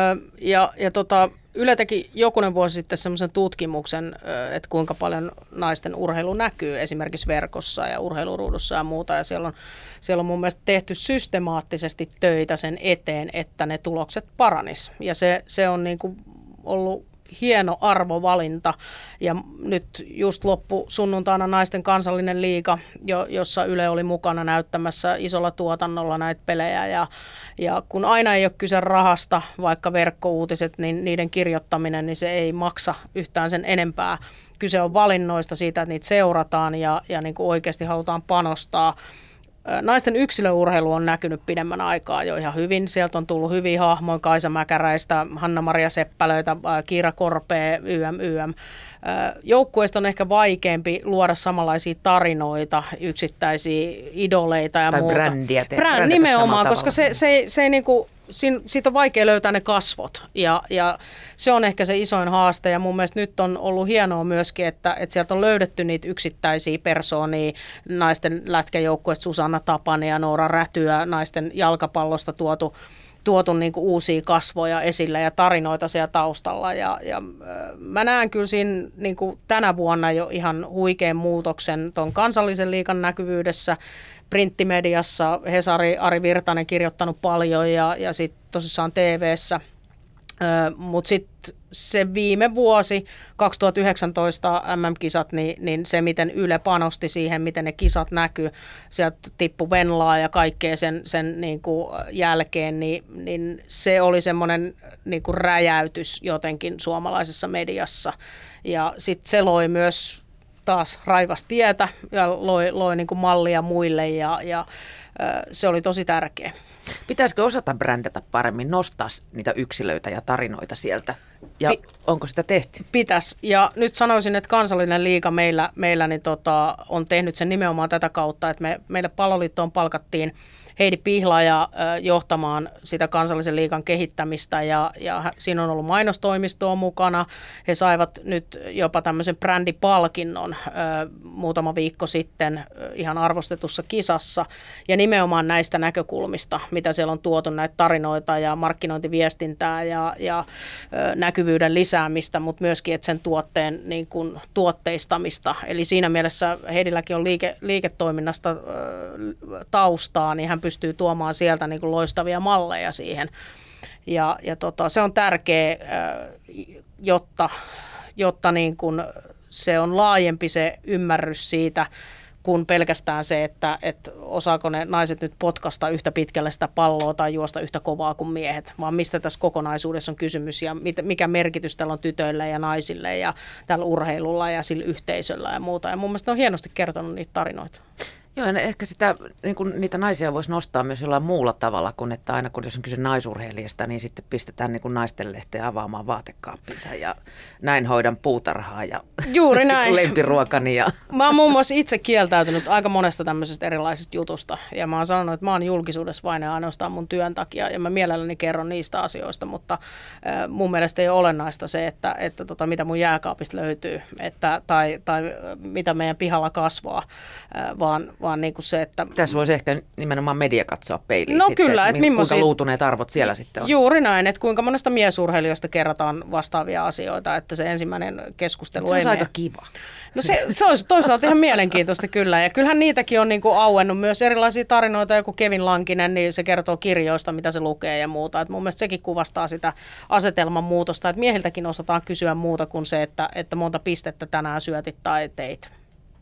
Yle teki jokunen vuosi sitten semmoisen tutkimuksen, että kuinka paljon naisten urheilu näkyy esimerkiksi verkossa ja urheiluruudussa ja muuta. Ja siellä on mun mielestä tehty systemaattisesti töitä sen eteen, että ne tulokset paranis. Ja se on niin kuin ollut hieno arvovalinta ja nyt just loppu sunnuntaina naisten kansallinen liiga, jossa Yle oli mukana näyttämässä isolla tuotannolla näitä pelejä ja kun aina ei ole kyse rahasta, vaikka verkkouutiset, niin niiden kirjoittaminen, niin se ei maksa yhtään sen enempää. Kyse on valinnoista siitä, että niitä seurataan ja niin kuin oikeasti halutaan panostaa naisten yksilöurheilu on näkynyt pidemmän aikaa jo ihan hyvin. Sieltä on tullut hyviä hahmoja, Kaisa Mäkäräistä, Hanna-Maria Seppälöitä, Kiira Korpea, YM. Joukkueesta on ehkä vaikeampi luoda samanlaisia tarinoita, yksittäisiä idoleita ja tai muuta. Brändiä Nimenomaan, koska se ei niinku, siitä on vaikea löytää ne kasvot ja se on ehkä se isoin haaste ja mun mielestä nyt on ollut hienoa myöskin, että sieltä on löydetty niitä yksittäisiä persoonia, naisten lätkäjoukkueesta Susanna Tapanen ja Noora Rätyä, naisten jalkapallosta tuotu niin kuin uusia kasvoja esille ja tarinoita siellä taustalla. Ja mä näen kyllä siinä niin kuin tänä vuonna jo ihan huikean muutoksen tuon kansallisen liigan näkyvyydessä, printtimediassa. Hesari Ari Virtanen kirjoittanut paljon ja sitten tosissaan TV:ssä. Mutta sitten se viime vuosi, 2019 MM-kisat, niin se miten Yle panosti siihen, miten ne kisat näkyy, sieltä tippu Venlaa ja kaikkea sen niin kuin jälkeen, niin se oli semmoinen niin kuin räjäytys jotenkin suomalaisessa mediassa. Ja sitten se loi myös taas raivastietä ja loi niin kuin mallia muille ja se oli tosi tärkeä. Pitäisikö osata brändätä paremmin, nostaa niitä yksilöitä ja tarinoita sieltä? Ja onko sitä tehty? Pitäisi. Ja nyt sanoisin, että kansallinen liiga meillä niin on tehnyt sen nimenomaan tätä kautta, että meille Palloliittoon palkattiin Heidi Pihlaja johtamaan sitä kansallisen liigan kehittämistä ja siinä on ollut mainostoimistoa mukana. He saivat nyt jopa tämmöisen brändipalkinnon muutama viikko sitten ihan arvostetussa kisassa ja nimenomaan näistä näkökulmista, mitä siellä on tuotu, näitä tarinoita ja markkinointiviestintää ja näkyvyyden lisäämistä, mutta myöskin että sen tuotteen niin kuin tuotteistamista. Eli siinä mielessä Heidilläkin on liiketoiminnasta taustaa, niin hän pystyy tuomaan sieltä niin kuin loistavia malleja siihen. Ja se on tärkeä, jotta niin kuin se on laajempi se ymmärrys siitä, kuin pelkästään se, että osaako ne naiset nyt potkasta yhtä pitkälle sitä palloa tai juosta yhtä kovaa kuin miehet, vaan mistä tässä kokonaisuudessa on kysymys ja mikä merkitys tällä on tytöille ja naisille ja tällä urheilulla ja sillä yhteisöllä ja muuta. Ja mun mielestä ne on hienosti kertonut niitä tarinoita. Joo, ja ehkä sitä, niin kuin niitä naisia voisi nostaa myös jollain muulla tavalla, kuin että aina kun jos on kyse naisurheilijasta, niin sitten pistetään niin kuin naistenlehteen avaamaan vaatekaappinsa ja näin hoidan puutarhaa ja juuri näin. lempiruokani. Ja mä oon muun muassa itse kieltäytynyt aika monesta tämmöisestä erilaisesta jutusta ja mä oon sanonut, että mä oon julkisuudessa vain ja ainoastaan mun työn takia ja mä mielelläni kerron niistä asioista, mutta mun mielestä ei ole olennaista se, että mitä mun jääkaapista löytyy tai mitä meidän pihalla kasvaa, vaan niin kuin se, että tässä voisi ehkä nimenomaan media katsoa peiliin no sitten, kyllä, että kuinka luutuneet arvot siellä sitten on. Juuri näin, että kuinka monesta miesurheilijoista kerrotaan vastaavia asioita, että se ensimmäinen keskustelu se ei olisi aika kiva. No se olisi toisaalta ihan mielenkiintoista kyllä, ja kyllähän niitäkin on niin kuin auennut myös erilaisia tarinoita, joku Kevin Lankinen, niin se kertoo kirjoista, mitä se lukee ja muuta, että mun mielestä sekin kuvastaa sitä asetelman muutosta, että miehiltäkin osataan kysyä muuta kuin se, että monta pistettä tänään syötit tai teit.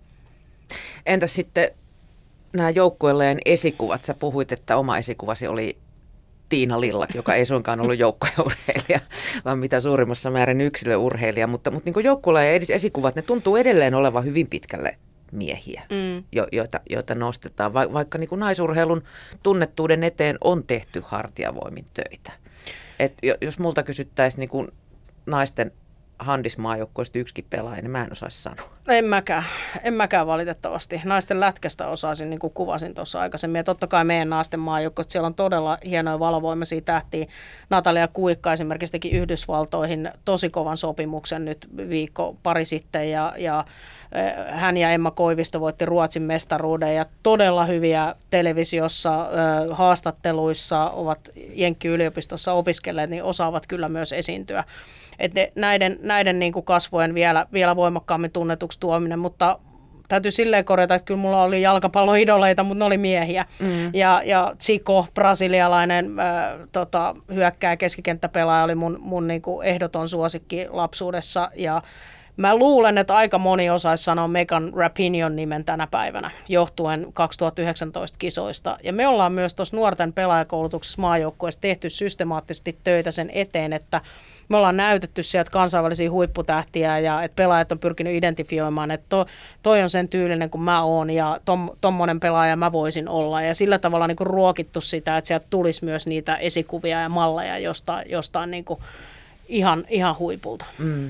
Entäs sitten nämä joukkueellinen esikuvat? Sä puhuit, että oma esikuvasi oli Tiina Lillak, joka ei suinkaan ollut joukkueurheilija, vaan mitä suurimmassa määrin yksilöurheilija. Mutta niin kuin joukkueellinen esikuvat, ne tuntuu edelleen olevan hyvin pitkälle miehiä, joita nostetaan, vaikka niin kuin naisurheilun tunnettuuden eteen on tehty hartiavoimin töitä. Et jos multa kysyttäisiin niin kuin naisten handismaajoukkueesta yksikin pelaaja, niin mä en osaisi sanoa. En mäkään valitettavasti. Naisten lätkästä osasin, niin kuin kuvasin tuossa aikaisemmin. Ja totta kai meidän naisten maajoukkueesta siellä on todella hienoja valovoimaisia tähtiä. Natalia Kuikka esimerkiksi teki Yhdysvaltoihin tosi kovan sopimuksen nyt pari sitten. Ja hän ja Emma Koivisto voitti Ruotsin mestaruuden ja todella hyviä televisiossa, haastatteluissa, ovat Jenkki-yliopistossa opiskelleet, niin osaavat kyllä myös esiintyä. Että näiden niin kuin kasvojen vielä voimakkaammin tunnetuksi tuominen, mutta täytyy silleen korjata, että kyllä mulla oli jalkapalloidoleita, mutta ne oli miehiä. Ja Zico, brasilialainen hyökkääjä keskikenttäpelaaja, oli mun niin kuin ehdoton suosikki lapsuudessa. Ja mä luulen, että aika moni osaisi sanoa Megan Rapinoen nimen tänä päivänä, johtuen 2019 kisoista. Ja me ollaan myös tuossa nuorten pelaajakoulutuksessa maajoukkueessa tehty systemaattisesti töitä sen eteen, että Me ollaan näytetty sieltä kansainvälisiä huipputähtiä ja että pelaajat on pyrkinyt identifioimaan, että toi on sen tyylinen kuin mä oon ja tommonen pelaaja mä voisin olla. Ja sillä tavalla niin kuin ruokittu sitä, että sieltä tulisi myös niitä esikuvia ja malleja jostain niin kuin ihan huipulta.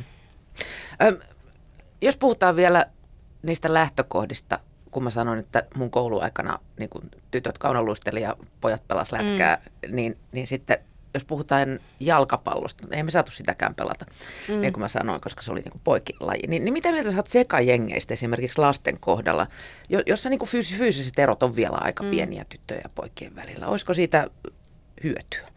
Jos puhutaan vielä niistä lähtökohdista, kun mä sanoin, että mun kouluaikana niin kun tytöt kaunoluisteli ja pojat pelas lätkää, niin sitten jos puhutaan jalkapallosta, ei me saatu sitäkään pelata, niin kuin mä sanoin, koska se oli niin kuin poikien laji. Niin mitä mieltä sä oot sekajengeistä esimerkiksi lasten kohdalla, jossa niin kuin fyysiset erot on vielä aika pieniä tyttöjen ja poikien välillä? Olisiko siitä hyötyä?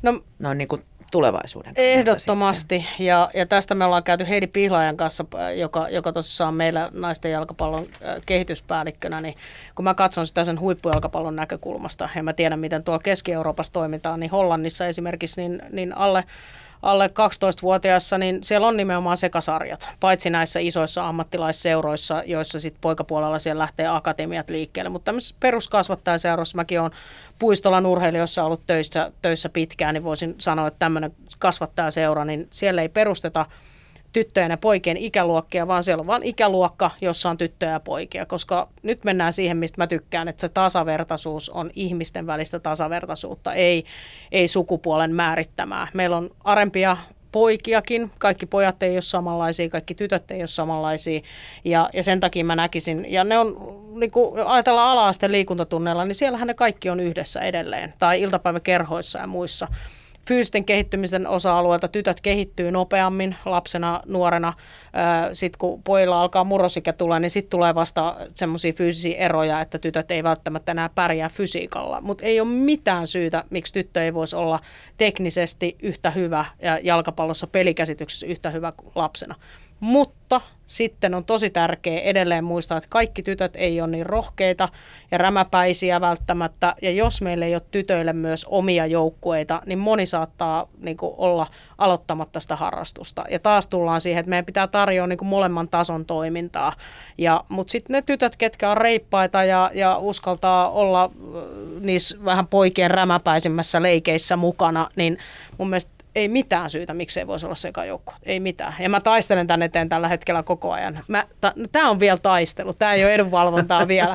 No niin kuin tulevaisuuden kannalta. Ehdottomasti. Ja tästä me ollaan käyty Heidi Pihlaajan kanssa, joka tosissaan on meillä naisten jalkapallon kehityspäällikkönä, niin kun mä katson sitä sen huippujalkapallon näkökulmasta, ja mä tiedän, miten tuolla Keski-Euroopassa toimitaan, niin Hollannissa esimerkiksi niin alle 12-vuotiaassa, niin siellä on nimenomaan sekasarjat, paitsi näissä isoissa ammattilaisseuroissa, joissa sitten poikapuolella siellä lähtee akatemiat liikkeelle. Mutta tämmöisessä peruskasvattajaseuroissa, mäkin olen Puistolan urheilijoissa ollut töissä pitkään, niin voisin sanoa, että tämmöinen kasvattajaseura, niin siellä ei perusteta tyttöjen ja poikien ikäluokkia, vaan siellä on vain ikäluokka, jossa on tyttöjä ja poikia, koska nyt mennään siihen, mistä mä tykkään, että se tasavertaisuus on ihmisten välistä tasavertaisuutta, ei sukupuolen määrittämää. Meillä on arempia poikiakin, kaikki pojat ei ole samanlaisia, kaikki tytöt ei ole samanlaisia ja sen takia mä näkisin, ja ne on, niin kuin ajatellaan ala-asteen liikuntatunneilla, niin siellähän ne kaikki on yhdessä edelleen, tai iltapäiväkerhoissa ja muissa. Fyysisten kehittymisen osa-alueelta tytöt kehittyy nopeammin lapsena, nuorena. Sitten kun pojilla alkaa murrosikä tulla, niin sitten tulee vasta semmoisia fyysisiä eroja, että tytöt ei välttämättä enää pärjää fysiikalla. Mutta ei ole mitään syytä, miksi tyttö ei voisi olla teknisesti yhtä hyvä ja jalkapallossa pelikäsityksessä yhtä hyvä kuin lapsena. Mutta sitten on tosi tärkeää edelleen muistaa, että kaikki tytöt ei ole niin rohkeita ja rämäpäisiä välttämättä. Ja jos meillä ei ole tytöille myös omia joukkueita, niin moni saattaa niin kuin olla aloittamatta sitä harrastusta. Ja taas tullaan siihen, että meidän pitää tarjoa niin kuin molemman tason toimintaa. Mutta sitten ne tytöt, ketkä on reippaita ja uskaltaa olla niissä vähän poikien rämäpäisimmässä leikeissä mukana, niin mun mielestä ei mitään syytä, miksei voisi olla sekajoukkue. Ei mitään. Ja mä taistelen tänne eteen tällä hetkellä koko ajan. Tämä on vielä taistelu. Tämä ei ole edunvalvontaa vielä.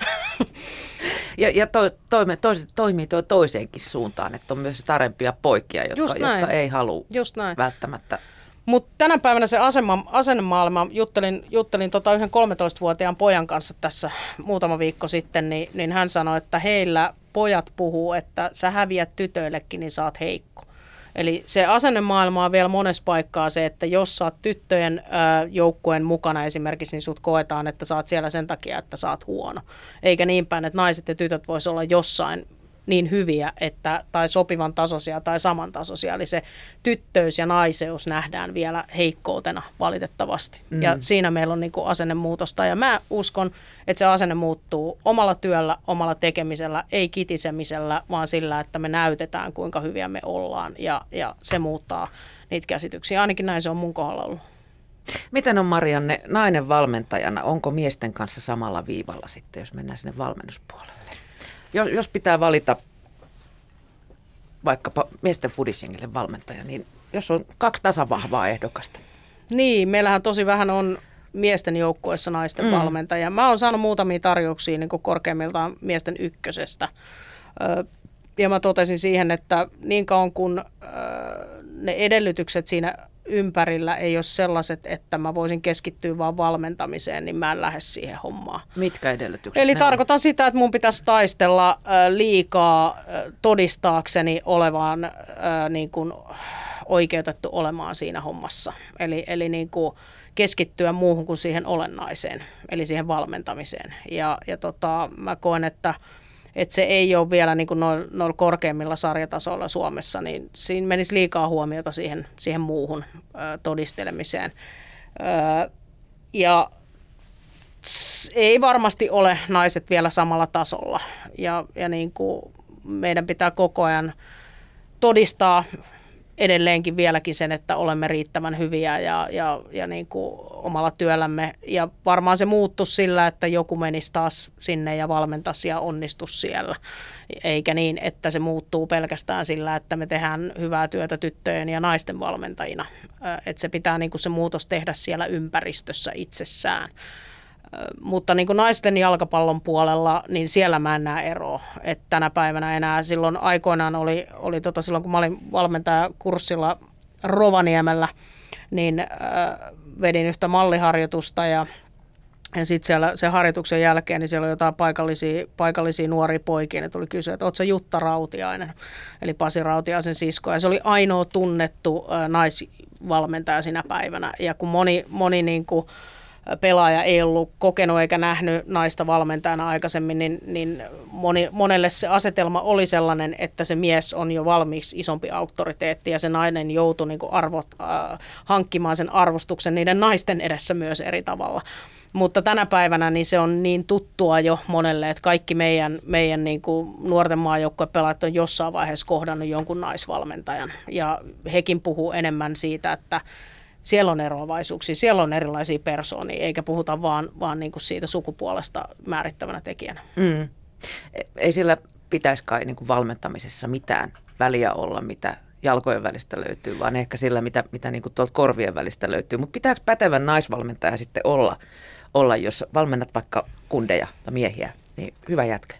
Ja toiset toimii toiseenkin suuntaan, että on myös tarempia poikia, jotka ei halua välttämättä. Mutta tänä päivänä se asennemaailma, juttelin yhden 13-vuotiaan pojan kanssa tässä muutama viikko sitten, niin hän sanoi, että heillä pojat puhuu, että sä häviät tytöillekin, niin sä oot heikko. Eli se asennemaailma on vielä monessa paikkaa se, että jos sä oot tyttöjen joukkueen mukana esimerkiksi, niin sut koetaan, että sä oot siellä sen takia, että sä oot huono. Eikä niin päin, että naiset ja tytöt vois olla jossain niin hyviä, tai sopivan tasoisia tai samantasoisia. Eli se tyttöys ja naiseus nähdään vielä heikkoutena valitettavasti. Ja siinä meillä on niin kuin asennemuutosta. Ja mä uskon, että se asenne muuttuu omalla työllä, omalla tekemisellä, ei kitisemisellä, vaan sillä, että me näytetään, kuinka hyviä me ollaan. Ja se muuttaa niitä käsityksiä. Ainakin näin se on mun kohdalla ollut. Miten on, Marianne, nainen valmentajana? Onko miesten kanssa samalla viivalla sitten, jos mennään sinne valmennuspuolelle? Jos pitää valita vaikkapa miesten fudisjengille valmentaja, niin jos on 2 tasavahvaa ehdokasta. Niin, meillähän tosi vähän on miesten joukkueessa naisten valmentajia. Mä oon saanut muutamia tarjouksia niin kuin korkeimmiltaan miesten ykkösestä. Ja mä totesin siihen, että niin kauan kun ne edellytykset siinä ympärillä ei ole sellaiset, että mä voisin keskittyä vaan valmentamiseen, niin mä en lähde siihen hommaan. Mitkä edellytykset? Eli tarkoitan sitä, että mun pitäisi taistella liikaa todistaakseni olevaan niin kuin oikeutettu olemaan siinä hommassa. Eli niin kuin keskittyä muuhun kuin siihen olennaiseen, eli siihen valmentamiseen. Ja mä koen, että se ei ole vielä niin kuin noilla korkeimmilla sarjatasoilla Suomessa, niin siinä menisi liikaa huomiota siihen muuhun todistelemiseen. Ja ei varmasti ole naiset vielä samalla tasolla. Ja niin kuin meidän pitää koko ajan todistaa edelleenkin vieläkin sen, että olemme riittävän hyviä ja niin kuin omalla työllämme. Ja varmaan se muuttuisi sillä, että joku menisi taas sinne ja valmentaisi ja onnistuisi siellä. Eikä niin, että se muuttuu pelkästään sillä, että me tehdään hyvää työtä tyttöjen ja naisten valmentajina. Että se pitää niin kuin se muutos tehdä siellä ympäristössä itsessään. Mutta niin kuin naisten jalkapallon puolella, niin siellä mä en näe eroa. Että tänä päivänä enää silloin aikoinaan silloin kun mä olin valmentajakurssilla Rovaniemellä, niin vedin yhtä malliharjoitusta ja sitten siellä sen harjoituksen jälkeen niin siellä oli jotain paikallisia nuoria poikia, ne tuli kysyä, että ootko sä Jutta Rautiainen, eli Pasi Rautiaisen sisko. Ja se oli ainoa tunnettu naisvalmentaja sinä päivänä. Ja kun moni niin kuin pelaaja ei ollut kokenut eikä nähnyt naista valmentajana aikaisemmin, niin monelle se asetelma oli sellainen, että se mies on jo valmiiksi isompi auktoriteetti ja se nainen joutui niin kuin hankkimaan sen arvostuksen niiden naisten edessä myös eri tavalla. Mutta tänä päivänä niin se on niin tuttua jo monelle, että kaikki meidän niin kuin nuorten maajoukkuepelaajat on jossain vaiheessa kohdannut jonkun naisvalmentajan ja hekin puhuu enemmän siitä, että siellä on eroavaisuuksia, siellä on erilaisia persoonia, eikä puhuta vaan niin kuin siitä sukupuolesta määrittävänä tekijänä. Ei sillä pitäisi kai niin kuin valmentamisessa mitään väliä olla, mitä jalkojen välistä löytyy, vaan ehkä sillä, mitä niin kuin tuolta korvien välistä löytyy. Mutta pitääkö pätevän naisvalmentaja sitten olla, jos valmennat vaikka kundeja tai miehiä, niin hyvä jätkä?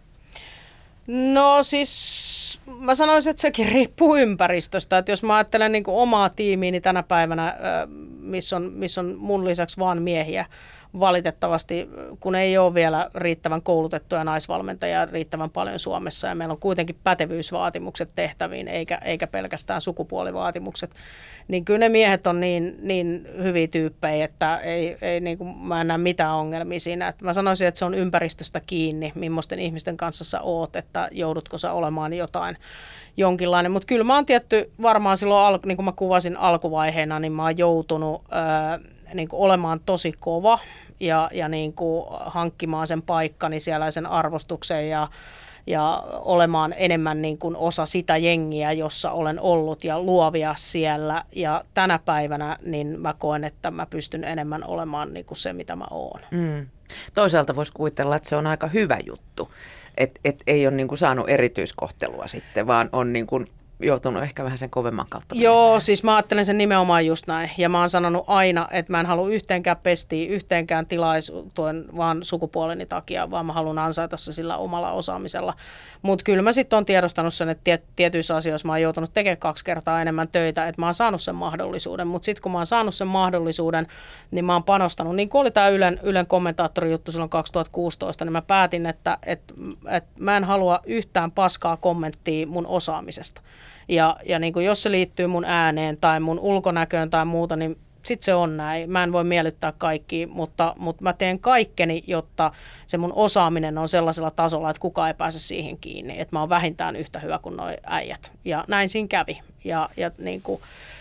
No siis mä sanoisin, että sekin riippuu ympäristöstä. Että jos mä ajattelen niin kuin omaa tiimiäni tänä päivänä, missä on mun lisäksi vaan miehiä, valitettavasti, kun ei ole vielä riittävän koulutettuja naisvalmentajia riittävän paljon Suomessa ja meillä on kuitenkin pätevyysvaatimukset tehtäviin eikä pelkästään sukupuolivaatimukset, niin kyllä ne miehet on niin hyviä tyyppejä, että ei niin kuin, mä en näe mitään ongelmia siinä. Että mä sanoisin, että se on ympäristöstä kiinni, millaisten ihmisten kanssa sä oot, että joudutko sä olemaan jonkinlainen. Mutta kyllä mä oon tietty varmaan silloin, niin kuin mä kuvasin alkuvaiheena, niin mä oon joutunut niin kuin olemaan tosi kova ja niin kuin hankkimaan sen paikkani siellä sen arvostuksen ja olemaan enemmän niin kuin osa sitä jengiä, jossa olen ollut ja luovia siellä. Ja tänä päivänä niin mä koen, että mä pystyn enemmän olemaan niin kuin se, mitä mä oon. Toisaalta voisi kuvitella, että se on aika hyvä juttu, että ei ole niin kuin saanut erityiskohtelua sitten, vaan on niin kuin joutunut ehkä vähän sen kovemman kautta. Joo, siis mä ajattelen sen nimenomaan just näin. Ja mä oon sanonut aina, että mä en halua yhteenkään pestiä, yhteenkään tilaisuuden vaan sukupuoleni takia, vaan mä haluan ansaita se sillä omalla osaamisella. Mutta kyllä mä sitten oon tiedostanut sen, että tietyissä asioissa mä oon joutunut tekemään 2 kertaa enemmän töitä, että mä oon saanut sen mahdollisuuden. Mutta sitten kun mä oon saanut sen mahdollisuuden, niin mä oon panostanut. Niin kuin oli tämä Ylen kommentaattorijuttu silloin 2016, niin mä päätin, että mä en halua yhtään paskaa kommenttia mun osaamisesta. Ja niin kuin jos se liittyy mun ääneen tai mun ulkonäköön tai muuta, niin sitten se on näin. Mä en voi miellyttää kaikkia, mutta mä teen kaikkeni, jotta se mun osaaminen on sellaisella tasolla, että kukaan ei pääse siihen kiinni. Että mä oon vähintään yhtä hyvä kuin noi äijät. Ja näin siinä kävi. Ja niin kuin,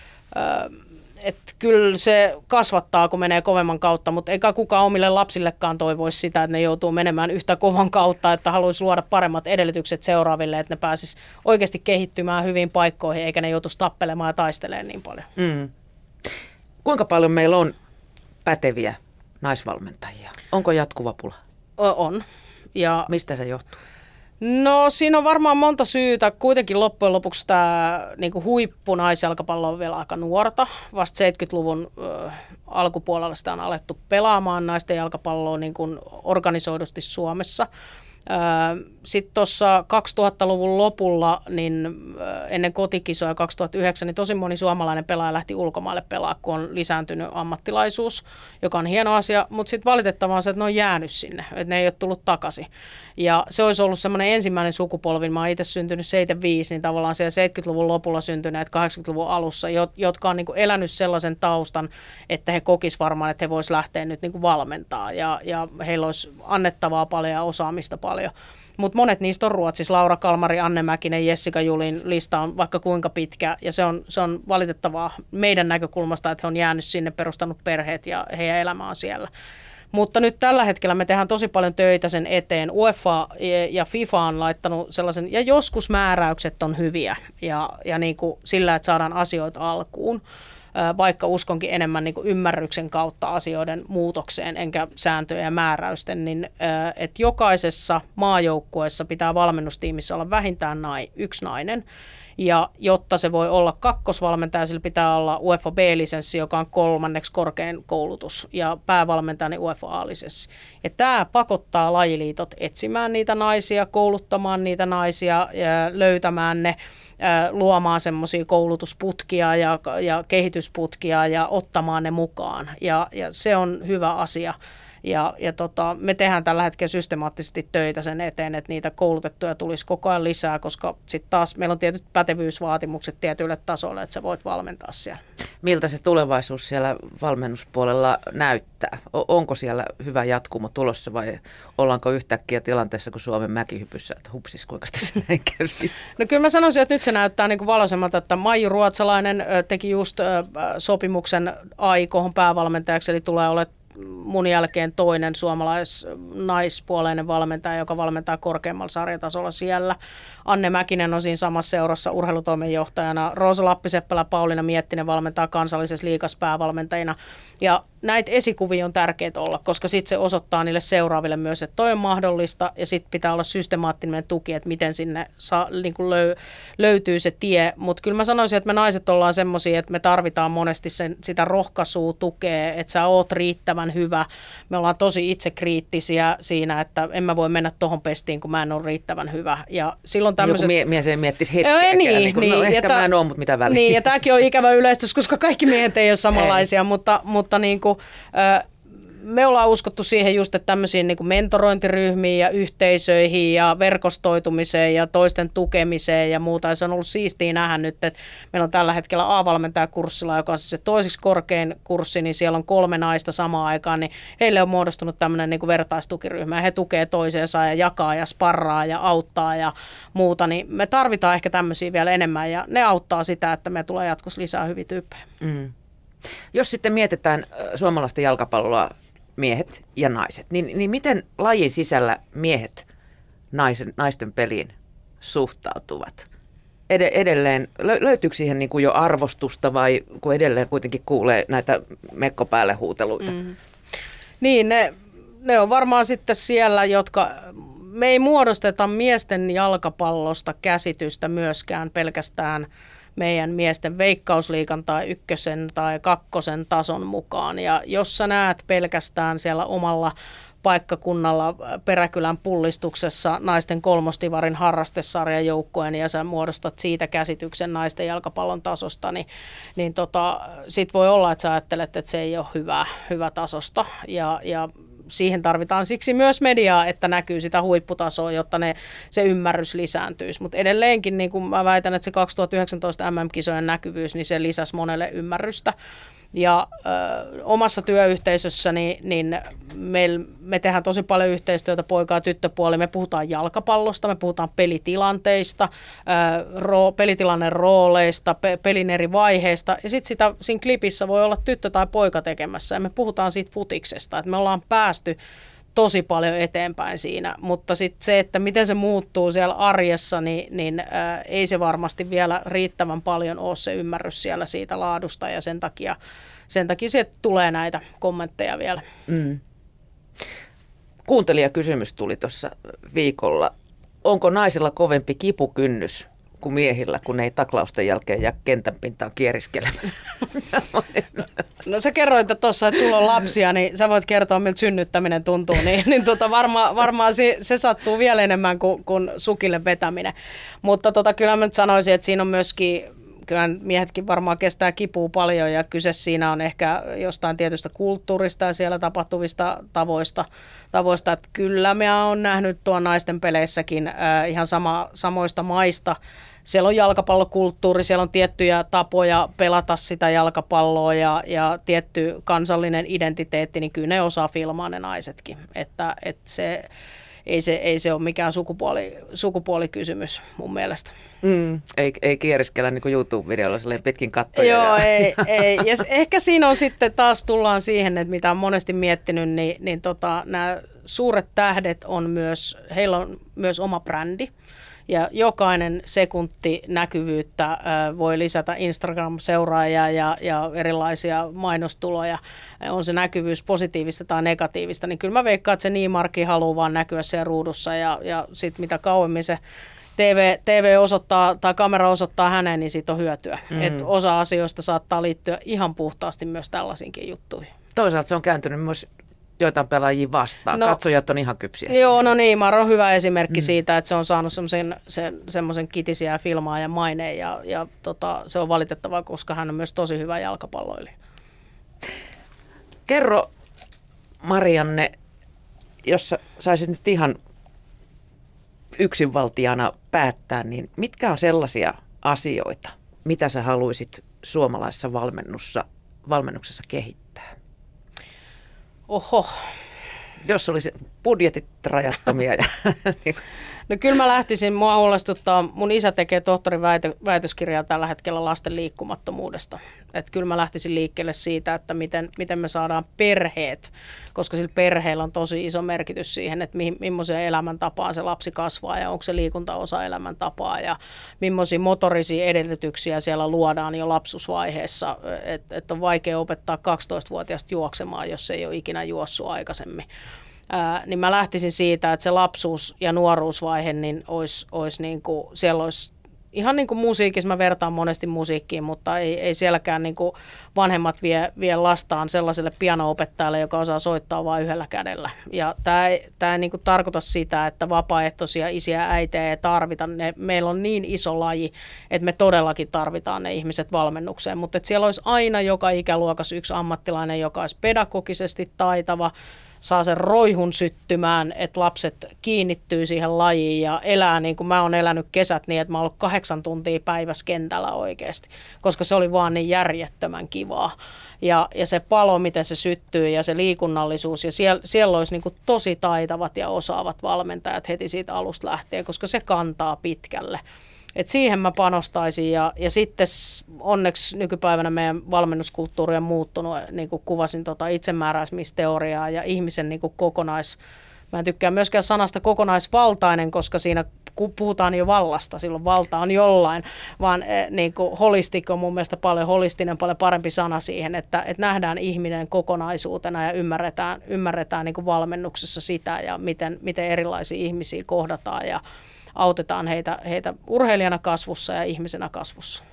että kyllä se kasvattaa, kun menee kovemman kautta, mutta eikä kukaan omille lapsillekaan toivoisi sitä, että ne joutuu menemään yhtä kovan kautta, että haluaisi luoda paremmat edellytykset seuraaville, että ne pääsis oikeasti kehittymään hyviin paikkoihin, eikä ne joutuisi tappelemaan ja taistelemaan niin paljon. Kuinka paljon meillä on päteviä naisvalmentajia? Onko jatkuva pula? On. Ja mistä se johtuu? No siinä on varmaan monta syytä. Kuitenkin loppujen lopuksi tämä niin huippu naisjalkapallo on vielä aika nuorta. Vasta 70-luvun alkupuolella sitä on alettu pelaamaan naisten jalkapalloa niin kuin organisoidusti Suomessa. Sitten tuossa 2000-luvun lopulla, niin ennen kotikisoja 2009, niin tosi moni suomalainen pelaaja lähti ulkomaille pelaa, kun on lisääntynyt ammattilaisuus, joka on hieno asia, mutta sitten valitettavaa on se, että ne on jäänyt sinne, että ne ei ole tullut takaisin. Ja se olisi ollut semmoinen ensimmäinen sukupolvi, mä oon itse syntynyt 75, niin tavallaan siellä 70-luvun lopulla syntyneet 80-luvun alussa, jotka on niin kuin elänyt sellaisen taustan, että he kokisivat varmaan, että he voisivat lähteä nyt niin kuin valmentaa ja heillä olisi annettavaa paljon ja osaamista paljon. Mutta monet niistä on Ruotsissa. Laura Kalmari, Anne Mäkinen, Jessica Julin lista on vaikka kuinka pitkä. Ja se on valitettavaa meidän näkökulmasta, että he on jäänyt sinne, perustanut perheet ja heidän elämä on siellä. Mutta nyt tällä hetkellä me tehdään tosi paljon töitä sen eteen. UEFA ja FIFA on laittanut sellaisen, ja joskus määräykset on hyviä ja niin kuin sillä, että saadaan asioita alkuun. Vaikka uskonkin enemmän niin kuin ymmärryksen kautta asioiden muutokseen, enkä sääntöjen ja määräysten, niin että jokaisessa maajoukkueessa pitää valmennustiimissä olla vähintään yksi nainen. Ja jotta se voi olla kakkosvalmentaja, sillä pitää olla UEFA B-lisenssi, joka on 3. korkein koulutus, ja päävalmentaja niin UEFA A-lisenssi. Ja tämä pakottaa lajiliitot etsimään niitä naisia, kouluttamaan niitä naisia, löytämään ne, luomaan semmoisia koulutusputkia ja kehitysputkia ja ottamaan ne mukaan. Ja se on hyvä asia. Ja me tehdään tällä hetkellä systemaattisesti töitä sen eteen, että niitä koulutettuja tulisi koko ajan lisää, koska sitten taas meillä on tietyt pätevyysvaatimukset tietyille tasoille, että sä voit valmentaa siellä. Miltä se tulevaisuus siellä valmennuspuolella näyttää? Onko siellä hyvä jatkumo tulossa vai ollaanko yhtäkkiä tilanteessa kuin Suomen mäkihypyssä, että hupsis, kuinka tässä näin kävi? No kyllä mä sanoisin, että nyt se näyttää niin kuin valoisemmalta, että Maiju Ruotsalainen teki just sopimuksen AIK:hon päävalmentajaksi, eli tulee olemaan mun jälkeen toinen suomalais-naispuoleinen valmentaja, joka valmentaa korkeammalla sarjatasolla siellä. Anne Mäkinen on siinä samassa seurassa urheilutoimenjohtajana. Roosa Lappiseppälä, Pauliina Miettinen valmentaa kansallisessa liigassa päävalmentajina. Ja näitä esikuvia on tärkeää olla, koska sitten se osoittaa niille seuraaville myös, että toi on mahdollista ja sitten pitää olla systemaattinen tuki, että miten sinne niin kuin löytyy se tie. Mutta kyllä mä sanoisin, että me naiset ollaan semmoisia, että me tarvitaan monesti sitä rohkaisua, tukea, että sä oot riittävän hyvä. Me ollaan tosi itsekriittisiä siinä, että en mä voi mennä tohon pestiin, kun mä en ole riittävän hyvä. Ja silloin tämmöiset... Joku mies ei miettisi hetkeäkään, no ehkä mä en ole, mutta mitä väliä. Niin, ja tämäkin on ikävä yleistys, koska kaikki miehet ei ole samanlaisia, mutta niin kuin, me ollaan uskottu siihen just, että tämmöisiin niin kuin mentorointiryhmiin ja yhteisöihin ja verkostoitumiseen ja toisten tukemiseen ja muuta. Ja se on ollut siistiä nähdä nyt, että meillä on tällä hetkellä A-valmentajakurssilla, joka on se toiseksi korkein kurssi, niin siellä on 3 naista samaan aikaan, niin heille on muodostunut tämmöinen niin kuin vertaistukiryhmä. Ja he tukee toisiansa ja jakaa ja sparraa ja auttaa ja muuta. Niin me tarvitaan ehkä tämmöisiä vielä enemmän ja ne auttaa sitä, että me tulee jatkossa lisää hyviä tyyppejä. Mm. Jos sitten mietitään suomalaista jalkapalloa, miehet ja naiset, niin miten lajin sisällä miehet naisten peliin suhtautuvat? Edelleen, löytyykö siihen niin kuin jo arvostusta vai kun edelleen kuitenkin kuulee näitä mekko päälle huuteluita? Mm. Niin, ne on varmaan sitten siellä, jotka... Me ei muodosteta miesten jalkapallosta käsitystä myöskään pelkästään meidän miesten Veikkausliigan tai 1. tai 2. tason mukaan. Ja jos sä näet pelkästään siellä omalla paikkakunnalla Peräkylän pullistuksessa naisten 3. divarin harrastesarjan joukkojen ja sä muodostat siitä käsityksen naisten jalkapallon tasosta, niin sit voi olla, että sä ajattelet, että se ei ole hyvä tasosta ja siihen tarvitaan siksi myös mediaa, että näkyy sitä huipputasoa, jotta se ymmärrys lisääntyisi. Mutta edelleenkin, niin kuin mä väitän, että se 2019 MM-kisojen näkyvyys, niin se lisäsi monelle ymmärrystä. Ja omassa työyhteisössä niin me tehdään tosi paljon yhteistyötä poika- ja tyttöpuoli. Me puhutaan jalkapallosta, me puhutaan pelitilanteista, pelitilanne rooleista, pelin eri vaiheista. Ja sitten siinä klipissä voi olla tyttö tai poika tekemässä ja me puhutaan siitä futiksesta. Että me ollaan päästy tosi paljon eteenpäin siinä, mutta sitten se, että miten se muuttuu siellä arjessa, niin ei se varmasti vielä riittävän paljon ole se ymmärrys siellä siitä laadusta ja sen takia se tulee näitä kommentteja vielä. Mm. Kuuntelijakysymys tuli tuossa viikolla. Onko naisilla kovempi kipukynnys kuin miehillä, kun ei taklausten jälkeen jää kentän pintaan kieriskelemään? No sä kerroit tuossa, että sulla on lapsia, niin sä voit kertoa, miltä synnyttäminen tuntuu. Niin varmaan se sattuu vielä enemmän kuin sukille vetäminen. Mutta kyllä mä nyt sanoisin, että siinä on myöskin... Kyllä miehetkin varmaan kestää kipua paljon ja kyse siinä on ehkä jostain tietystä kulttuurista ja siellä tapahtuvista tavoista. Että kyllä mä oon nähnyt tuon naisten peleissäkin ihan samoista maista. Siellä on jalkapallokulttuuri, siellä on tiettyjä tapoja pelata sitä jalkapalloa ja tietty kansallinen identiteetti, niin kyllä ne osaa filmaa ne naisetkin. Että se... ei se ole mikään sukupuolikysymys mun mielestä. Ei kieriskellä niin kuin YouTube-videolla silleen pitkin kattoja. Joo, ei. Ja ehkä siinä on sitten taas tullaan siihen, että mitä on monesti miettinyt, niin nämä suuret tähdet heillä on myös oma brändi. Ja jokainen sekunti näkyvyyttä voi lisätä Instagram-seuraajia ja erilaisia mainostuloja. On se näkyvyys positiivista tai negatiivista, niin kyllä mä veikkaan, että se Niimarkki haluaa vaan näkyä siellä ruudussa ja sitten mitä kauemmin se TV osoittaa tai kamera osoittaa häneen, niin siitä on hyötyä. Et osa asioista saattaa liittyä ihan puhtaasti myös tällaisiinkin juttuihin. Toisaalta se on kääntynyt myös joitain pelaajia vastaan. Katsojat on ihan kypsiä. Joo, no Neymar on hyvä esimerkki siitä, että se on saanut semmoisen kitisiä filmaa ja maineen ja se on valitettavaa, koska hän on myös tosi hyvä jalkapalloilija. Kerro, Marianne, jos sä saisit nyt ihan yksinvaltiana päättää, niin mitkä on sellaisia asioita, mitä sä haluaisit suomalaisessa valmennuksessa kehittää? Oho. Jos olisi budjetit rajattomia. No kyllä mä lähtisin, mua huolestuttaa, mun isä tekee tohtorin väitöskirjaa tällä hetkellä lasten liikkumattomuudesta. Että kyllä mä lähtisin liikkeelle siitä, että miten me saadaan perheet, koska sillä perheellä on tosi iso merkitys siihen, että millaisia elämäntapaa se lapsi kasvaa ja onko se liikunta osa elämäntapaa ja millaisia motorisia edellytyksiä siellä luodaan jo lapsuusvaiheessa. Että on vaikea opettaa 12-vuotiaasta juoksemaan, jos se ei ole ikinä juossut aikaisemmin. Niin mä lähtisin siitä, että se lapsuus- ja nuoruusvaihe, niin olisi niin kuin, siellä olisi ihan niin kuin musiikissa, mä vertaan monesti musiikkiin, mutta ei sielläkään niin kuin vanhemmat vie lastaan sellaiselle piano-opettajalle, joka osaa soittaa vain yhdellä kädellä. Ja tämä ei niin kuin tarkoita sitä, että vapaaehtoisia isiä ja äitejä ei tarvita. Meillä on niin iso laji, että me todellakin tarvitaan ne ihmiset valmennukseen, mutta siellä olisi aina joka ikäluokassa yksi ammattilainen, joka olisi pedagogisesti taitava, saa sen roihun syttymään, että lapset kiinnittyy siihen lajiin ja elää niin kuin mä oon elänyt kesät niin, että mä oon ollut 8 tuntia päivässä kentällä oikeasti, koska se oli vaan niin järjettömän kivaa. Ja se palo, miten se syttyy ja se liikunnallisuus ja siellä olisi niin kuin tosi taitavat ja osaavat valmentajat heti siitä alusta lähtien, koska se kantaa pitkälle. Et siihen mä panostaisin ja sitten onneksi nykypäivänä meidän valmennuskulttuuri on muuttunut, niin kuin kuvasin itsemääräämisteoriaa ja ihmisen niin kuin mä en tykkää myöskään sanasta kokonaisvaltainen, koska siinä puhutaan jo vallasta, silloin valta on jollain, vaan niin kuin holistik on mun mielestä holistinen, paljon parempi sana siihen, että nähdään ihminen kokonaisuutena ja ymmärretään niin kuin valmennuksessa sitä ja miten erilaisia ihmisiä kohdataan ja autetaan heitä urheilijana kasvussa ja ihmisenä kasvussa.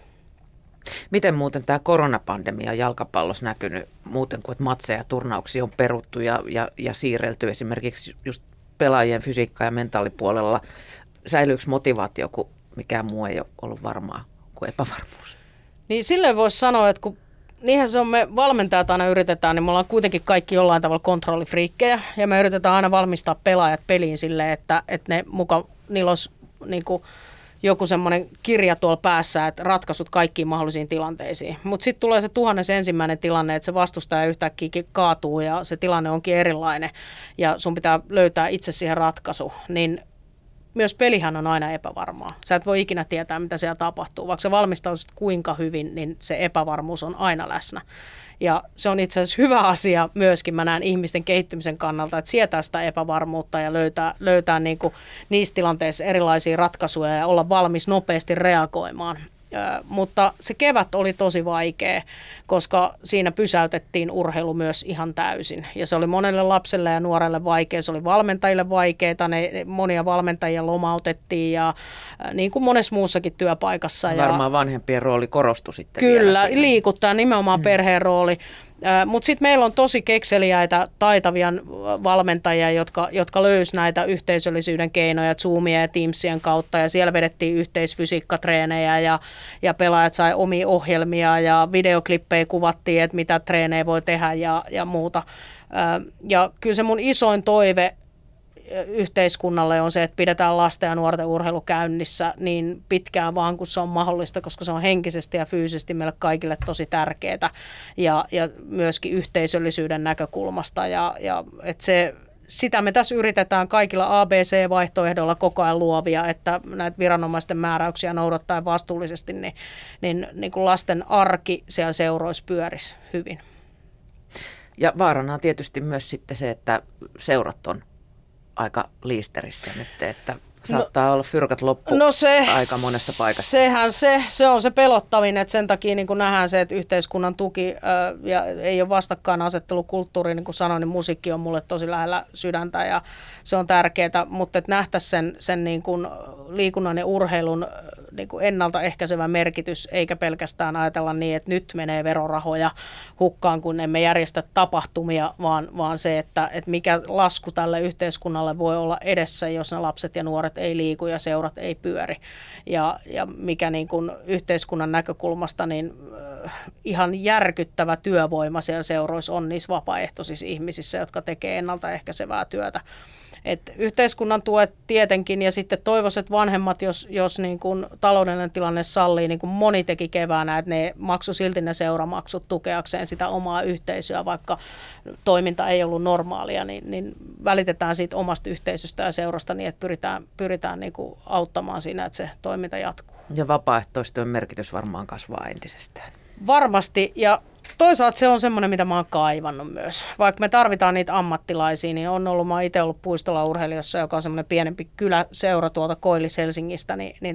Miten muuten tämä koronapandemia on jalkapallossa näkynyt muuten kuin, että matseja ja turnauksia on peruttu ja siirrelty esimerkiksi just pelaajien fysiikka- ja mentaalipuolella? Säilyykö motivaatio, kun mikään muu ei ole ollut varmaa kuin epävarmuus? Niin silleen voisi sanoa, että kun niinhän se on, me valmentajat aina yritetään, niin me ollaan kuitenkin kaikki jollain tavalla kontrollifriikkejä ja me yritetään aina valmistaa pelaajat peliin silleen, että niillä olisi niin kuin joku semmoinen kirja tuolla päässä, että ratkaisut kaikkiin mahdollisiin tilanteisiin. Mutta sitten tulee se 1001. tilanne, että se vastustaja yhtäkkiä kaatuu ja se tilanne onkin erilainen ja sun pitää löytää itse siihen ratkaisu, niin myös pelihän on aina epävarmaa. Sä et voi ikinä tietää, mitä siellä tapahtuu. Vaikka sä valmistautuisit kuinka hyvin, niin se epävarmuus on aina läsnä. Ja se on itse asiassa hyvä asia myöskin, mä näen ihmisten kehittymisen kannalta, että sietää sitä epävarmuutta ja löytää niin kuin niissä tilanteissa erilaisia ratkaisuja ja olla valmis nopeasti reagoimaan. Mutta se kevät oli tosi vaikea, koska siinä pysäytettiin urheilu myös ihan täysin. Ja se oli monelle lapselle ja nuorelle vaikea, se oli valmentajille vaikeaa, monia valmentajia lomautettiin ja niin kuin monessa muussakin työpaikassa. Varmaan vanhempien rooli korostui sitten. Kyllä, liikuttaa nimenomaan perheen rooli. Mutta sitten meillä on tosi kekseliäitä, taitavia valmentajia, jotka löysivät näitä yhteisöllisyyden keinoja Zoomien ja Teamsien kautta. Ja siellä vedettiin yhteisfysiikkatreenejä ja pelaajat sai omia ohjelmia ja videoklippejä kuvattiin, että mitä treenejä voi tehdä ja muuta. Ja kyllä se mun isoin toive yhteiskunnalle on se, että pidetään lasten ja nuorten urheilu käynnissä niin pitkään vaan kuin se on mahdollista, koska se on henkisesti ja fyysisesti meille kaikille tosi tärkeää ja myöskin yhteisöllisyyden näkökulmasta ja että sitä me tässä yritetään kaikilla ABC-vaihtoehdoilla koko ajan luovia, että näitä viranomaisten määräyksiä noudattaen vastuullisesti, niin kuin lasten arki siellä seuroissa pyörisi hyvin. Ja vaarana on tietysti myös sitten se, että seurat on aika liisterissä nyt, että saattaa olla fyrkat loppu aika monessa paikassa. Se on se pelottavin, että sen takia niin kuin nähdään se, että yhteiskunnan tuki ja ei ole vastakkainasettelukulttuuri, niin kuin sanoin, niin musiikki on mulle tosi lähellä sydäntä ja se on tärkeää, mutta että nähtäisiin sen niin kuin liikunnan ja urheilun niin kuin ennaltaehkäisevä merkitys, eikä pelkästään ajatella niin, että nyt menee verorahoja hukkaan, kun emme järjestä tapahtumia, vaan se, että mikä lasku tälle yhteiskunnalle voi olla edessä, jos ne lapset ja nuoret ei liiku ja seurat ei pyöri. Ja mikä niin kuin yhteiskunnan näkökulmasta niin ihan järkyttävä työvoima siellä seuroissa on niissä vapaaehtoisissa ihmisissä, jotka tekee ennaltaehkäisevää työtä. Et yhteiskunnan tuet tietenkin ja sitten toivoisin, että vanhemmat, jos niin kuin taloudellinen tilanne sallii, niin kuin moni teki keväänä, että ne maksoi silti ne seuramaksut tukeakseen sitä omaa yhteisöä, vaikka toiminta ei ollut normaalia, niin välitetään siitä omasta yhteisöstä ja seurasta niin, että pyritään niin kuin auttamaan siinä, että se toiminta jatkuu. Ja vapaaehtoistyön merkitys varmaan kasvaa entisestään. Varmasti ja toisaalta se on semmoinen, mitä mä oon kaivannut myös. Vaikka me tarvitaan niitä ammattilaisia, niin mä oon itse ollut Puistola Urheilijossa, joka on semmoinen pienempi kyläseura tuolta Koillis-Helsingistä, niin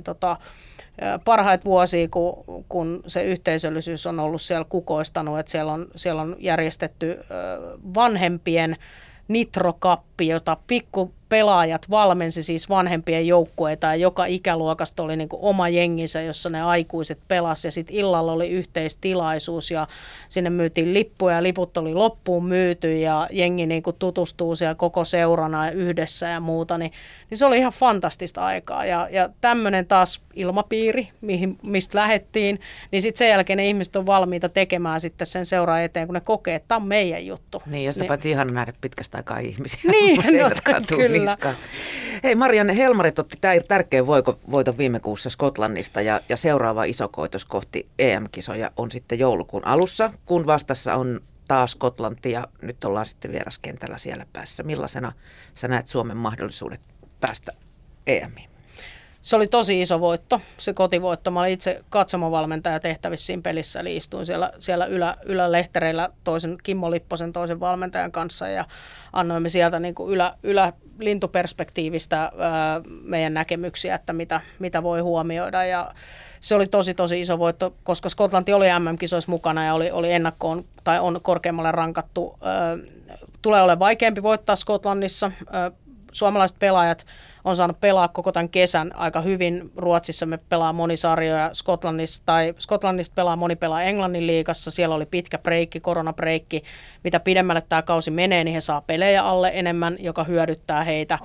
parhaita vuosia, kun se yhteisöllisyys on ollut siellä kukoistanut, että siellä on järjestetty vanhempien nitrokappi, jota pikkupelaajat valmensi siis vanhempien joukkueita ja joka ikäluokasta oli niin kuin oma jenginsä, jossa ne aikuiset pelasi ja sitten illalla oli yhteistilaisuus ja sinne myytiin lippuja ja liput oli loppuun myyty ja jengi niin kuin tutustuu siellä koko seurana yhdessä ja muuta, niin se oli ihan fantastista aikaa ja tämmöinen taas ilmapiiri, mistä lähdettiin, niin sitten sen jälkeen ne ihmiset on valmiita tekemään sitten sen seuran eteen, kun ne kokee, että tämä on meidän juttu. Niin, jos paitsi ihana nähdä pitkästä aikaa ihmisiä. Niin, kyllä. Hei, Marianne, Helmarit otti tärkeän voiton viime kuussa Skotlannista ja seuraava iso koitos kohti EM-kisoja on sitten joulukuun alussa, kun vastassa on taas Skotlanti ja nyt ollaan sitten vieraskentällä siellä päässä. Millaisena sä näet Suomen mahdollisuudet päästä EM:iin? Se oli tosi iso voitto, se kotivoitto. Mä olin itse katsomovalmentaja tehtävissä siinä pelissä, eli istuin siellä ylälehtereillä Kimmo Lipposen toisen valmentajan kanssa ja annoimme sieltä niin kuin lintuperspektiivistä meidän näkemyksiä, että mitä voi huomioida ja se oli tosi iso voitto, koska Skotlanti oli MM-kisoissa mukana ja oli ennakkoon tai on korkeammalle rankattu. Tulee olemaan vaikeampi voittaa Skotlannissa. Suomalaiset pelaajat on saanut pelaa koko tämän kesän aika hyvin. Ruotsissa me pelaa monisarjoja, Skotlannista moni pelaa Englannin liigassa. Siellä oli pitkä breikki, koronabreikki. Mitä pidemmälle tämä kausi menee, niin he saa pelejä alle enemmän, joka hyödyttää heitä.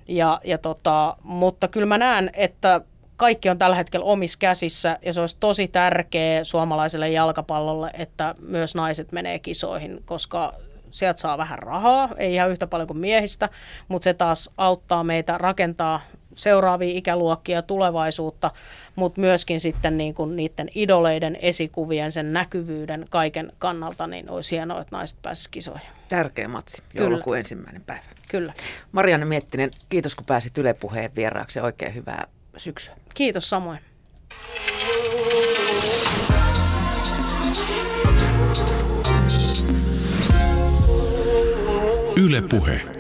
Mutta kyllä mä näen, että kaikki on tällä hetkellä omissa käsissä ja se olisi tosi tärkeä suomalaiselle jalkapallolle, että myös naiset menee kisoihin, koska sieltä saa vähän rahaa, ei ihan yhtä paljon kuin miehistä, mutta se taas auttaa meitä rakentaa seuraavia ikäluokkia tulevaisuutta, mutta myöskin sitten niin kuin niiden idoleiden esikuvien, sen näkyvyyden kaiken kannalta, niin olisi hienoa, että naiset pääsisivät kisoihin. Tärkeä matsi, joulukuun 1. päivä. Kyllä. Marianne Miettinen, kiitos kun pääsit Yle Puheen vieraaksi. Oikein hyvää syksyä. Kiitos samoin. Yle Puhe.